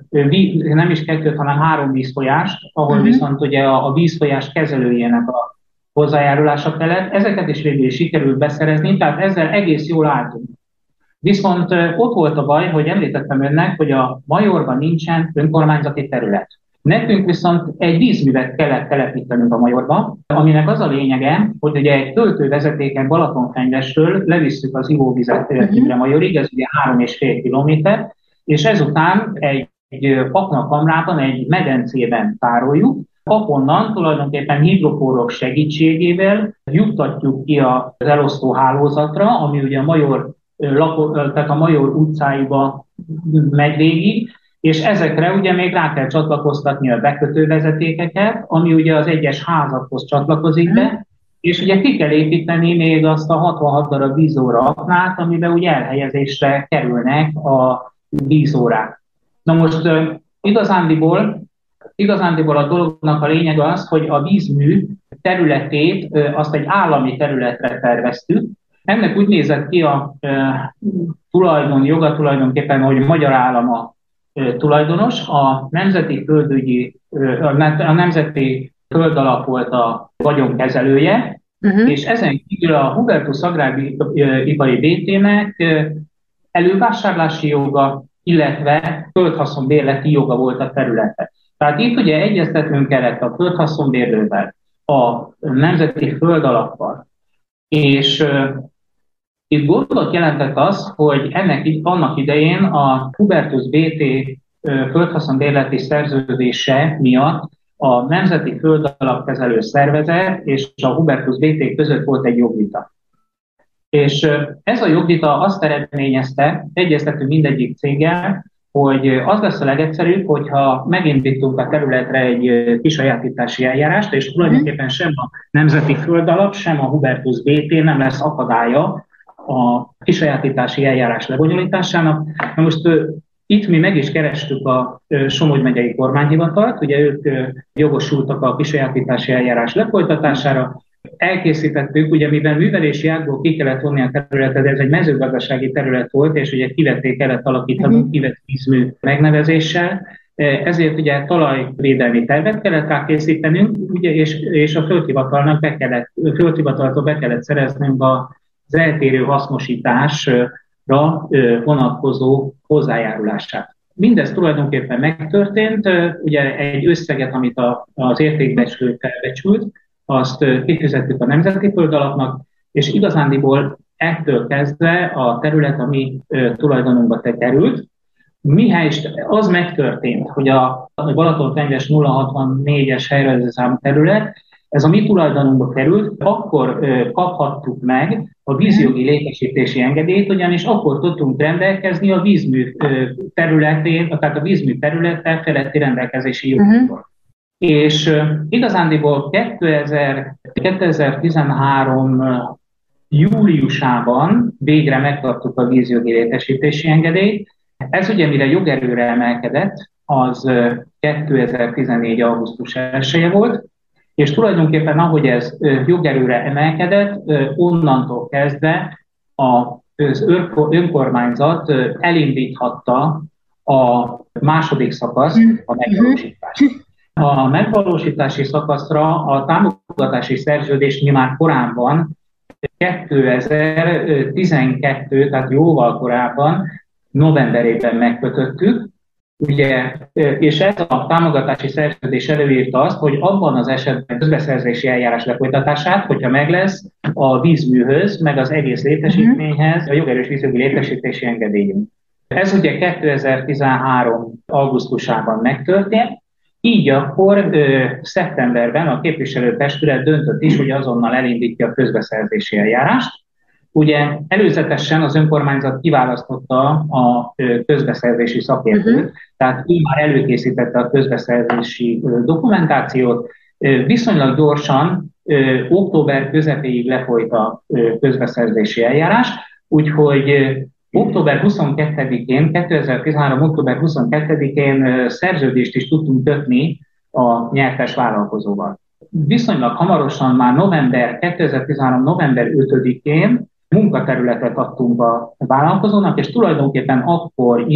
nem is kettőt, hanem 3 vízfolyást, ahol viszont ugye a vízfolyás kezelőjének a hozzájárulása kellett. Ezeket is végül sikerült beszerezni, tehát ezzel egész jól álltunk. Viszont ott volt a baj, hogy említettem önnek, hogy a Majorban nincsen önkormányzati terület. Nekünk viszont egy vízművet kellett telepítenünk a Majorba, aminek az a lényege, hogy ugye egy töltővezetéken Balatonfenyvesről levisszük az ivóvizet Imre Majorig, ez ugye 3,5 kilométer, és ezután egy aknakamrában, egy medencében tároljuk, ahonnan tulajdonképpen hidropórok segítségével juttatjuk ki az elosztó hálózatra, ami ugye tehát a Major utcáiba megy végig, és ezekre ugye még rá kell csatlakoztatni a bekötővezetékeket, ami ugye az egyes házakhoz csatlakozik be, és ugye ki kell építeni még azt a 66 darab vízóra aknát, amiben ugye elhelyezésre kerülnek a vízórák. Na most igazándiból a dolognak a lényeg az, hogy a vízmű területét azt egy állami területre terveztük. Ennek úgy nézett ki a joga tulajdonképpen, hogy magyar állam a tulajdonos, a Nemzeti Földalap volt a vagyonkezelője, és ezen kívül a Hubertus Agráripari BT-nek elővásárlási joga, illetve földhaszonbérleti joga volt a területe. Tehát itt ugye egyeztetnünk kellett a földhaszonbérlővel, a nemzeti földalappal. És itt gondot jelentett az, hogy annak idején a Hubertus BT földhaszonbérleti szerződése miatt a Nemzeti Földalapkezelő Szervezet és a Hubertus BT között volt egy jogvita. És ez a jogvita azt eredményezte, egyeztetünk mindegyik céggel, hogy az lesz a legegyszerűbb, hogyha megindítunk a területre egy kisajátítási eljárást, és tulajdonképpen sem a Nemzeti Földalap, sem a Hubertus BT nem lesz akadálya a kisajátítási eljárás lebonyolításának. Na most itt mi meg is kerestük a Somogy megyei kormányhivatalt, ugye ők jogosultak a kisajátítási eljárás lefolytatására. Elkészítettük, ugye mivel művelési ágból ki kellett vonni a területet, ez egy mezőgazdasági terület volt, és ugye kivetté kellett alakítanunk, kivett vízmű megnevezéssel, ezért ugye talajvédelmi tervet kellett rákészítenünk, ugye, és a földhivataltól be kellett szereznünk az eltérő hasznosításra vonatkozó hozzájárulását. Mindez tulajdonképpen megtörtént, ugye egy összeget, amit az értékbecslő felbecsült, azt kifizettük a Nemzeti Földalapnak, és igazándiból ettől kezdve a terület, ami tulajdonunkba került. Mihelyest az megtörtént, hogy a Balatonfenyves 064-es helyreállítású terület, ez a mi tulajdonunkba került, akkor kaphattuk meg a vízjogi létesítési engedélyt, ugyanis akkor tudtunk rendelkezni a vízmű területén, tehát a vízmű területtel feletti rendelkezési jogokról. És igazándiból 2013 júliusában végre megkaptuk a vízjogi létesítési engedélyt. Ez ugye mire jogerőre emelkedett, az 2014. augusztus 1-e volt, és tulajdonképpen ahogy ez jogerőre emelkedett, onnantól kezdve az önkormányzat elindíthatta a második szakasz, a megvalósítást. A megvalósítási szakaszra a támogatási szerződést mi már korábban, 2012, tehát jóval korábban, novemberében megkötöttük, ugye, és ez a támogatási szerződés előírta azt, hogy abban az esetben közbeszerzési eljárás lefolytatását, hogyha meg lesz a vízműhöz, meg az egész létesítményhez a jogerős vízjogi létesítési engedélyünk. Ez ugye 2013. augusztusában megtörtént, így akkor szeptemberben a képviselőtestület döntött is, hogy azonnal elindítja a közbeszerzési eljárást. Ugye előzetesen az önkormányzat kiválasztotta a közbeszerzési szakértőt, tehát ő már előkészítette a közbeszerzési dokumentációt. Viszonylag gyorsan október közepéig lefolyt a közbeszerzési eljárás, úgyhogy október 22-én, 2013. október 22-én szerződést is tudtunk kötni a nyertes vállalkozóval. Viszonylag hamarosan már 2013. november 5-én munkaterületet adtunk a vállalkozónak, és tulajdonképpen akkor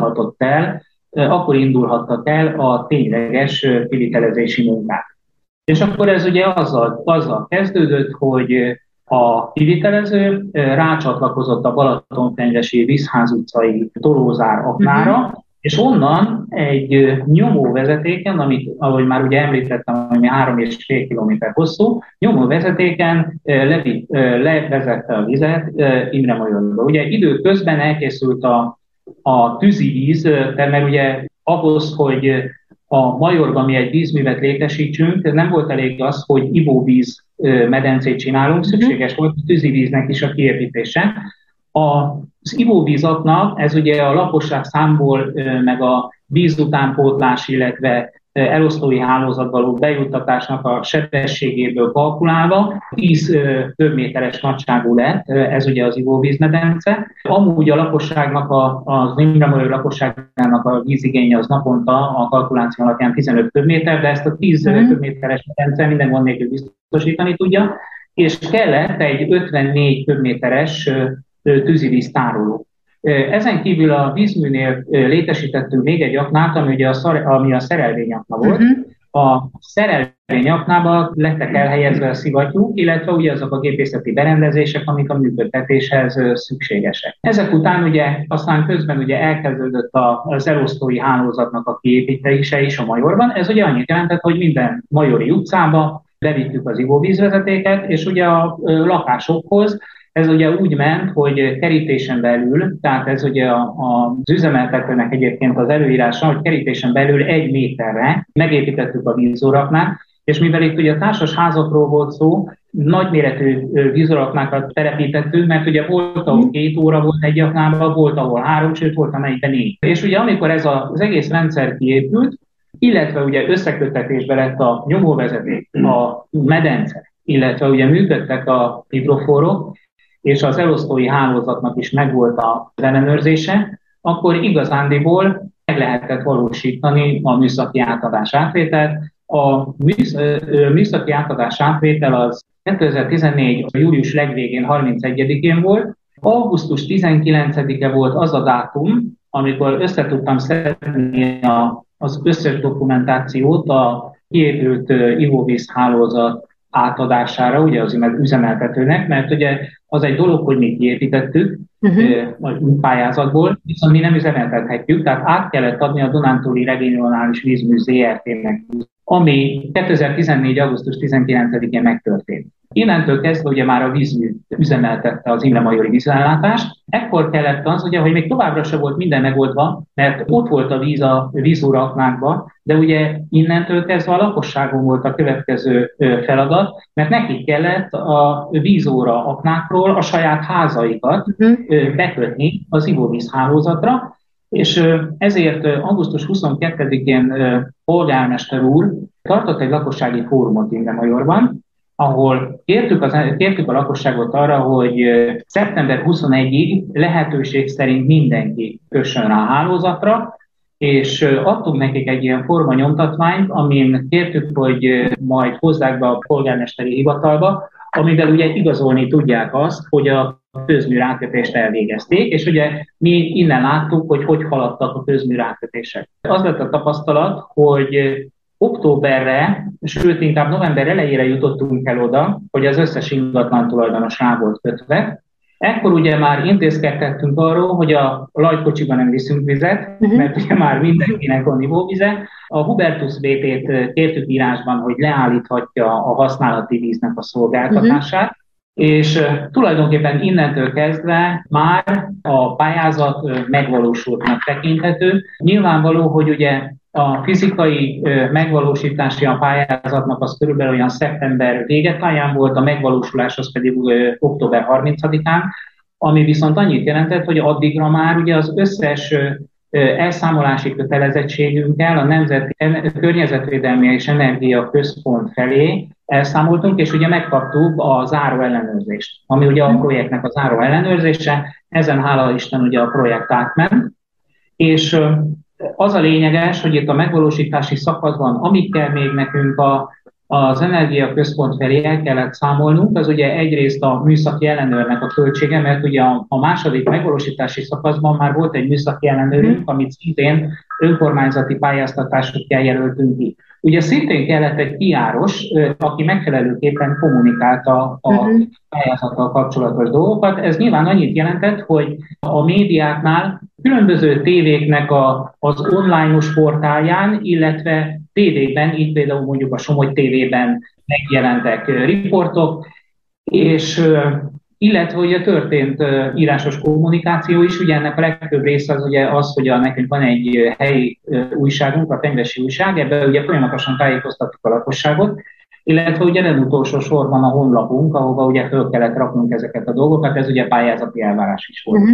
indulhattak el a tényleges kivitelezési munkák. És akkor ez ugye azzal kezdődött, hogy a kivitelező rácsatlakozott a Balatonfenyvesi Vízház utcai tolózár aknára, és onnan egy nyomóvezetéken, amit, ahogy már ugye említettem, ami 3,5 kilométer hosszú, nyomóvezetéken levezette a vizet Imremajorba. Ugye időközben elkészült a tűzivíz, mert ugye ahhoz, hogy a Majorban mi egy vízművet létesítsünk, nem volt elég az, hogy ivóvíz medencét csinálunk, szükséges volt a tűzivíznek is a kiépítése. Az ivóvízaknak, ez ugye a lakosság számból, meg a vízutánpótlás, illetve elosztói hálózatba való bejuttatásnak a sebességéből kalkulálva 10 köbméteres nagyságú lett, ez ugye az ivóvízmedence. Amúgy a lakosságnak, az Imremajor lakosságnak a vízigénye az naponta a kalkuláció alapján 15 köbméter, de ezt a 10 köbméteres medence minden gond nélkül biztosítani tudja, és kellett egy 54 köbméteres tűzivíz tároló. Ezen kívül a vízműnél létesítettünk még egy aknát, ami a szerelvényakna volt. A szerelvényaknában lettek elhelyezve a szivattyúk, illetve ugye azok a gépészeti berendezések, amik a működtetéshez szükségesek. Ezek után ugye aztán közben ugye elkezdődött az elosztói hálózatnak a kiépítése is a Majorban. Ez ugye annyit jelentett, hogy minden majori utcába bevittük az ivóvízvezetéket, és ugye a lakásokhoz ez ugye úgy ment, hogy kerítésen belül, tehát ez ugye az üzemeltetőnek egyébként az előírása, hogy kerítésen belül 1 méterre megépítettük a vízoraknál, és mivel itt ugye a társas házakról volt szó, nagyméretű vízoraknákat telepítettünk, mert ugye volt, ahol 2 óra volt egy aknában, volt, ahol 3, sőt volt, amelyikben 4. És ugye amikor ez az egész rendszer kiépült, illetve ugye összeköttetésbe lett a nyomóvezeték, a medence, illetve ugye működtek a hidroforok, és az elosztói hálózatnak is megvolt az ellenőrzése, akkor igazándiból meg lehetett valósítani a műszaki átadás átvételt. A műszaki átadás átvétel az 2014. július legvégén 31-én volt, augusztus 19-e volt az a dátum, amikor összetudtam szedni az összes dokumentációt a kiépült ivóvízhálózat átadására, ugye az üzemeltetőnek, mert ugye az egy dolog, hogy mi kiépítettük pályázatból, viszont mi nem üzemeltethetjük, tehát át kellett adni a Dunántúli Regionális Vízmű ZRT-nek, ami 2014. augusztus 19-én megtörtént. Innentől kezdve ugye már a vízmű üzemeltette az imre-majori vízellátást. Ekkor kellett az, ugye, hogy még továbbra se volt minden megoldva, mert ott volt a víz a vízóraknákban, de ugye innentől kezdve a lakosságon volt a következő feladat, mert nekik kellett a vízóra aknákról a saját házaikat bekötni az ivóvízhálózatra, és ezért augusztus 22-én polgármester úr tartott egy lakossági fórumot Imre-Majorban, ahol kértük a lakosságot arra, hogy szeptember 21-ig lehetőség szerint mindenki kössön rá a hálózatra, és adtunk nekik egy ilyen formanyomtatványt, amin kértük, hogy majd hozzák be a polgármesteri hivatalba, amivel ugye igazolni tudják azt, hogy a közműrákötést elvégezték, és ugye mi innen láttuk, hogy haladtak a közműrákötések. Az lett a tapasztalat, hogy októberre, sőt inkább november elejére jutottunk el oda, hogy az összes ingatlan tulajdonos rá volt kötve. Ekkor ugye már intézkedtettünk arról, hogy a lajtkocsiban nem viszünk vizet, mert ugye már mindenkinek van ivóvize. A Hubertus VT-t kértük írásban, hogy leállíthatja a használati víznek a szolgáltatását, és tulajdonképpen innentől kezdve már a pályázat megvalósultnak tekinthető. Nyilvánvaló, hogy ugye a fizikai megvalósítási a pályázatnak az körülbelül olyan szeptember végetáján volt, a megvalósulás az pedig október 30-án, ami viszont annyit jelentett, hogy addigra már ugye az összes elszámolási kötelezettségünkkel a Nemzeti Környezetvédelmi és Energia Központ felé elszámoltunk, és ugye megkaptuk a záró ellenőrzést, ami ugye a projektnek a záró ellenőrzése, ezen hála Isten ugye a projekt átment, és az a lényeges, hogy itt a megvalósítási szakaszban, amikkel még nekünk az Energiaközpont felé el kellett számolnunk, az ugye egyrészt a műszaki ellenőrnek a költsége, mert ugye a második megvalósítási szakaszban már volt egy műszaki ellenőrünk, amit szintén önkormányzati pályáztatásokkel jelöltünk ki. Ugye szintén kellett egy PR-os, aki megfelelőképpen kommunikálta a pályázattal kapcsolatos dolgokat. Ez nyilván annyit jelentett, hogy a médiáknál különböző tévéknek az online-os portálján, illetve tévékben, így például mondjuk a Somogy tévében megjelentek riportok, és illetve ugye történt írásos kommunikáció is, ugye ennek a legfőbb része az ugye az, hogy nekünk van egy helyi újságunk, a Fenyvesi újság, ebben ugye folyamatosan tájékoztattuk a lakosságot, illetve ugye nem utolsó sorban a honlapunk, ahova ugye föl kellett raknunk ezeket a dolgokat, ez ugye pályázati elvárás is volt.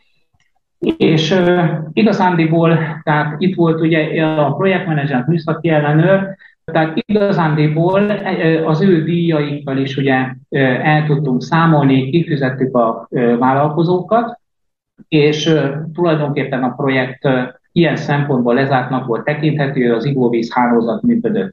És igazándiból, tehát itt volt ugye a projektmenedzser, műszaki ellenőr, tehát igazándiból az ő díjaikkal is ugye el tudtunk számolni, kifizettük a vállalkozókat, és tulajdonképpen a projekt ilyen szempontból lezártnak volt tekinthető, az ivóvíz hálózat működött.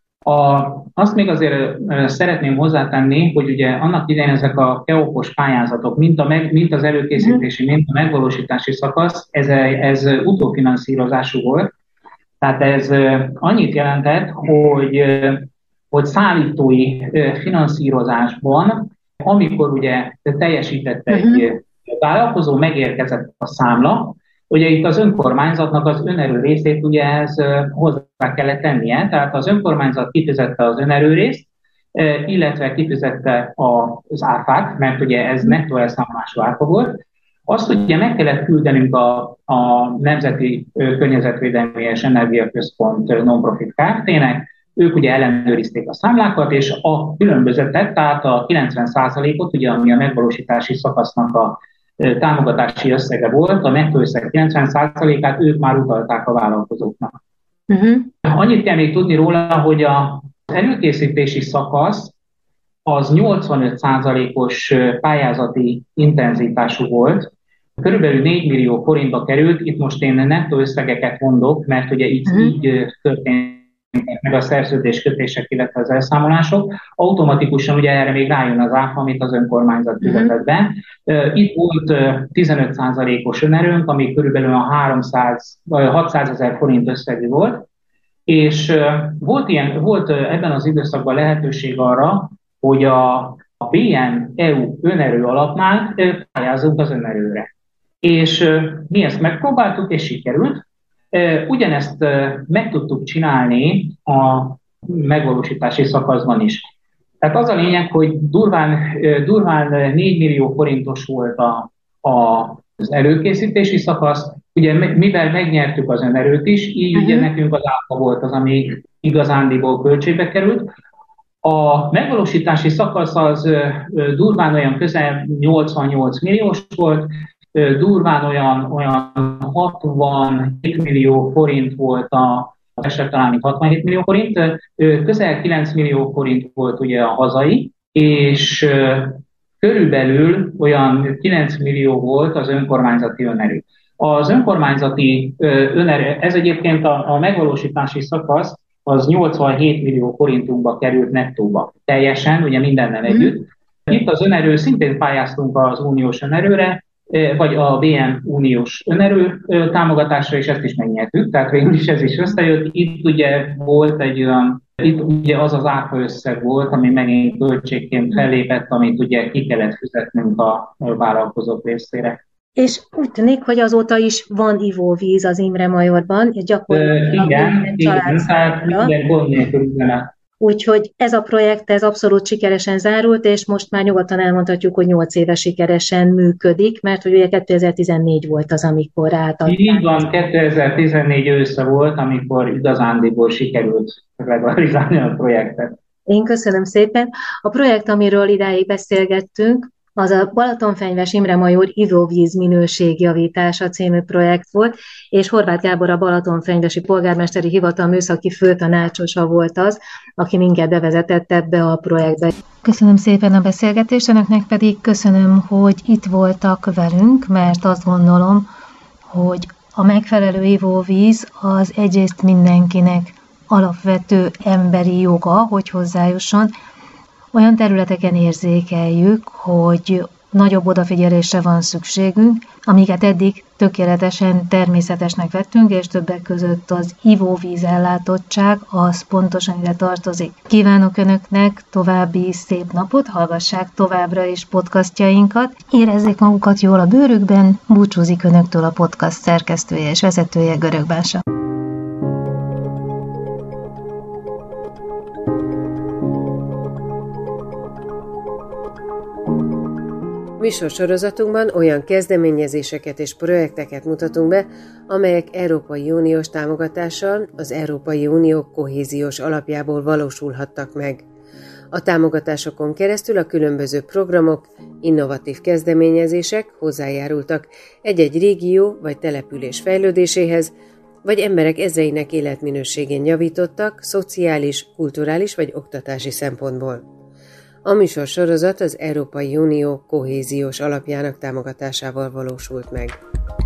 Azt még azért szeretném hozzátenni, hogy ugye annak idején ezek a KEOP-os pályázatok, mint az előkészítési, mint a megvalósítási szakasz, ez utófinanszírozású volt. Tehát ez annyit jelentett, hogy szállítói finanszírozásban, amikor ugye teljesített egy vállalkozó, megérkezett a számla, ugye itt az önkormányzatnak az önerő részét ugye ez hozzá kellett tennie, tehát az önkormányzat kifizette az önerő részt, illetve kifizette az áfát, mert ugye ez nettó elszámolású áfa volt. Azt ugye meg kellett küldenünk a Nemzeti Környezetvédelmi és Energiaközpont non-profit Kft-nek, ők ugye ellenőrizték a számlákat, és a különbözetet, tehát a 90%-ot, ugye, ami a megvalósítási szakasznak a támogatási összege volt, a nettó összeg 90%-át ők már utalták a vállalkozóknak. Annyit kell még tudni róla, hogy az előkészítési szakasz az 85%-os pályázati intenzitású volt, körülbelül 4 millió forintba került, itt most én nettó összegeket mondok, mert ugye így történt meg a szerződéskötések, illetve az elszámolások. Automatikusan ugye erre még rájön az áfa, amit az önkormányzat fizetett be. Itt volt 15%-os önerőnk, ami körülbelül a 600 000 forint összegű volt, és volt ebben az időszakban lehetőség arra, hogy a BN-EU önerő alapnál pályázunk az önerőre. És mi ezt megpróbáltuk, és sikerült. Ugyanezt meg tudtuk csinálni a megvalósítási szakaszban is. Tehát az a lényeg, hogy durván 4 millió forintos volt az előkészítési szakasz. Ugye mivel megnyertük az önerőt is, így ugye nekünk az áfa volt az, ami igazándiból költségbe került. A megvalósítási szakasz az durván olyan közel 88 milliós volt, durván olyan 67 millió forint volt az eset talán mint 67 millió forint, közel 9 millió forint volt ugye a hazai, és körülbelül olyan 9 millió volt az önkormányzati önerő. Az önkormányzati önerő, ez egyébként a megvalósítási szakasz, az 87 millió forintunkba került nettóba. Teljesen, ugye mindennel együtt. Itt az önerő, szintén pályáztunk az uniós önerőre, vagy a BN uniós önerő támogatásra, és ezt is megnyertük, tehát végül is ez is összejött. Itt ugye volt itt ugye az áfa összeg volt, ami megint költségként fellépett, amit ugye ki kellett fizetnünk a vállalkozók részére. És úgy tűnik, hogy azóta is van ivóvíz az Imre Majorban, gyakorlatilag igen, tehát minden gond nélkül. Úgyhogy ez a projekt abszolút sikeresen zárult, és most már nyugodtan elmondhatjuk, hogy 8 éve sikeresen működik, mert ugye 2014 volt az, amikor átadták. Így van, 2014 ősze volt, amikor igazándiból sikerült regularizálni a projektet. Én köszönöm szépen. A projekt, amiről idáig beszélgettünk, az a Balatonfenyves Imre Major ivóvíz minőségjavítása című projekt volt, és Horváth Gábor a Balatonfenyvesi Polgármesteri Hivatal műszaki főtanácsosa volt az, aki minket bevezetett ebbe a projektbe. Köszönöm szépen a beszélgetést, önöknek pedig köszönöm, hogy itt voltak velünk, mert azt gondolom, hogy a megfelelő ivóvíz az egyrészt mindenkinek alapvető emberi joga, hogy hozzájusson. Olyan területeken érzékeljük, hogy nagyobb odafigyelésre van szükségünk, amiket eddig tökéletesen természetesnek vettünk, és többek között az ivóvíz ellátottság, az pontosan ide tartozik. Kívánok Önöknek további szép napot, hallgassák továbbra is podcastjainkat, érezzék magukat jól a bőrükben, búcsúzik Önöktől a podcast szerkesztője és vezetője, Görög Bása. Műsorsorozatunkban olyan kezdeményezéseket és projekteket mutatunk be, amelyek Európai Uniós támogatással az Európai Unió kohéziós alapjából valósulhattak meg. A támogatásokon keresztül a különböző programok, innovatív kezdeményezések hozzájárultak egy-egy régió vagy település fejlődéséhez, vagy emberek ezreinek életminőségén javítottak szociális, kulturális vagy oktatási szempontból. A műsorsorozat az Európai Unió kohéziós alapjának támogatásával valósult meg.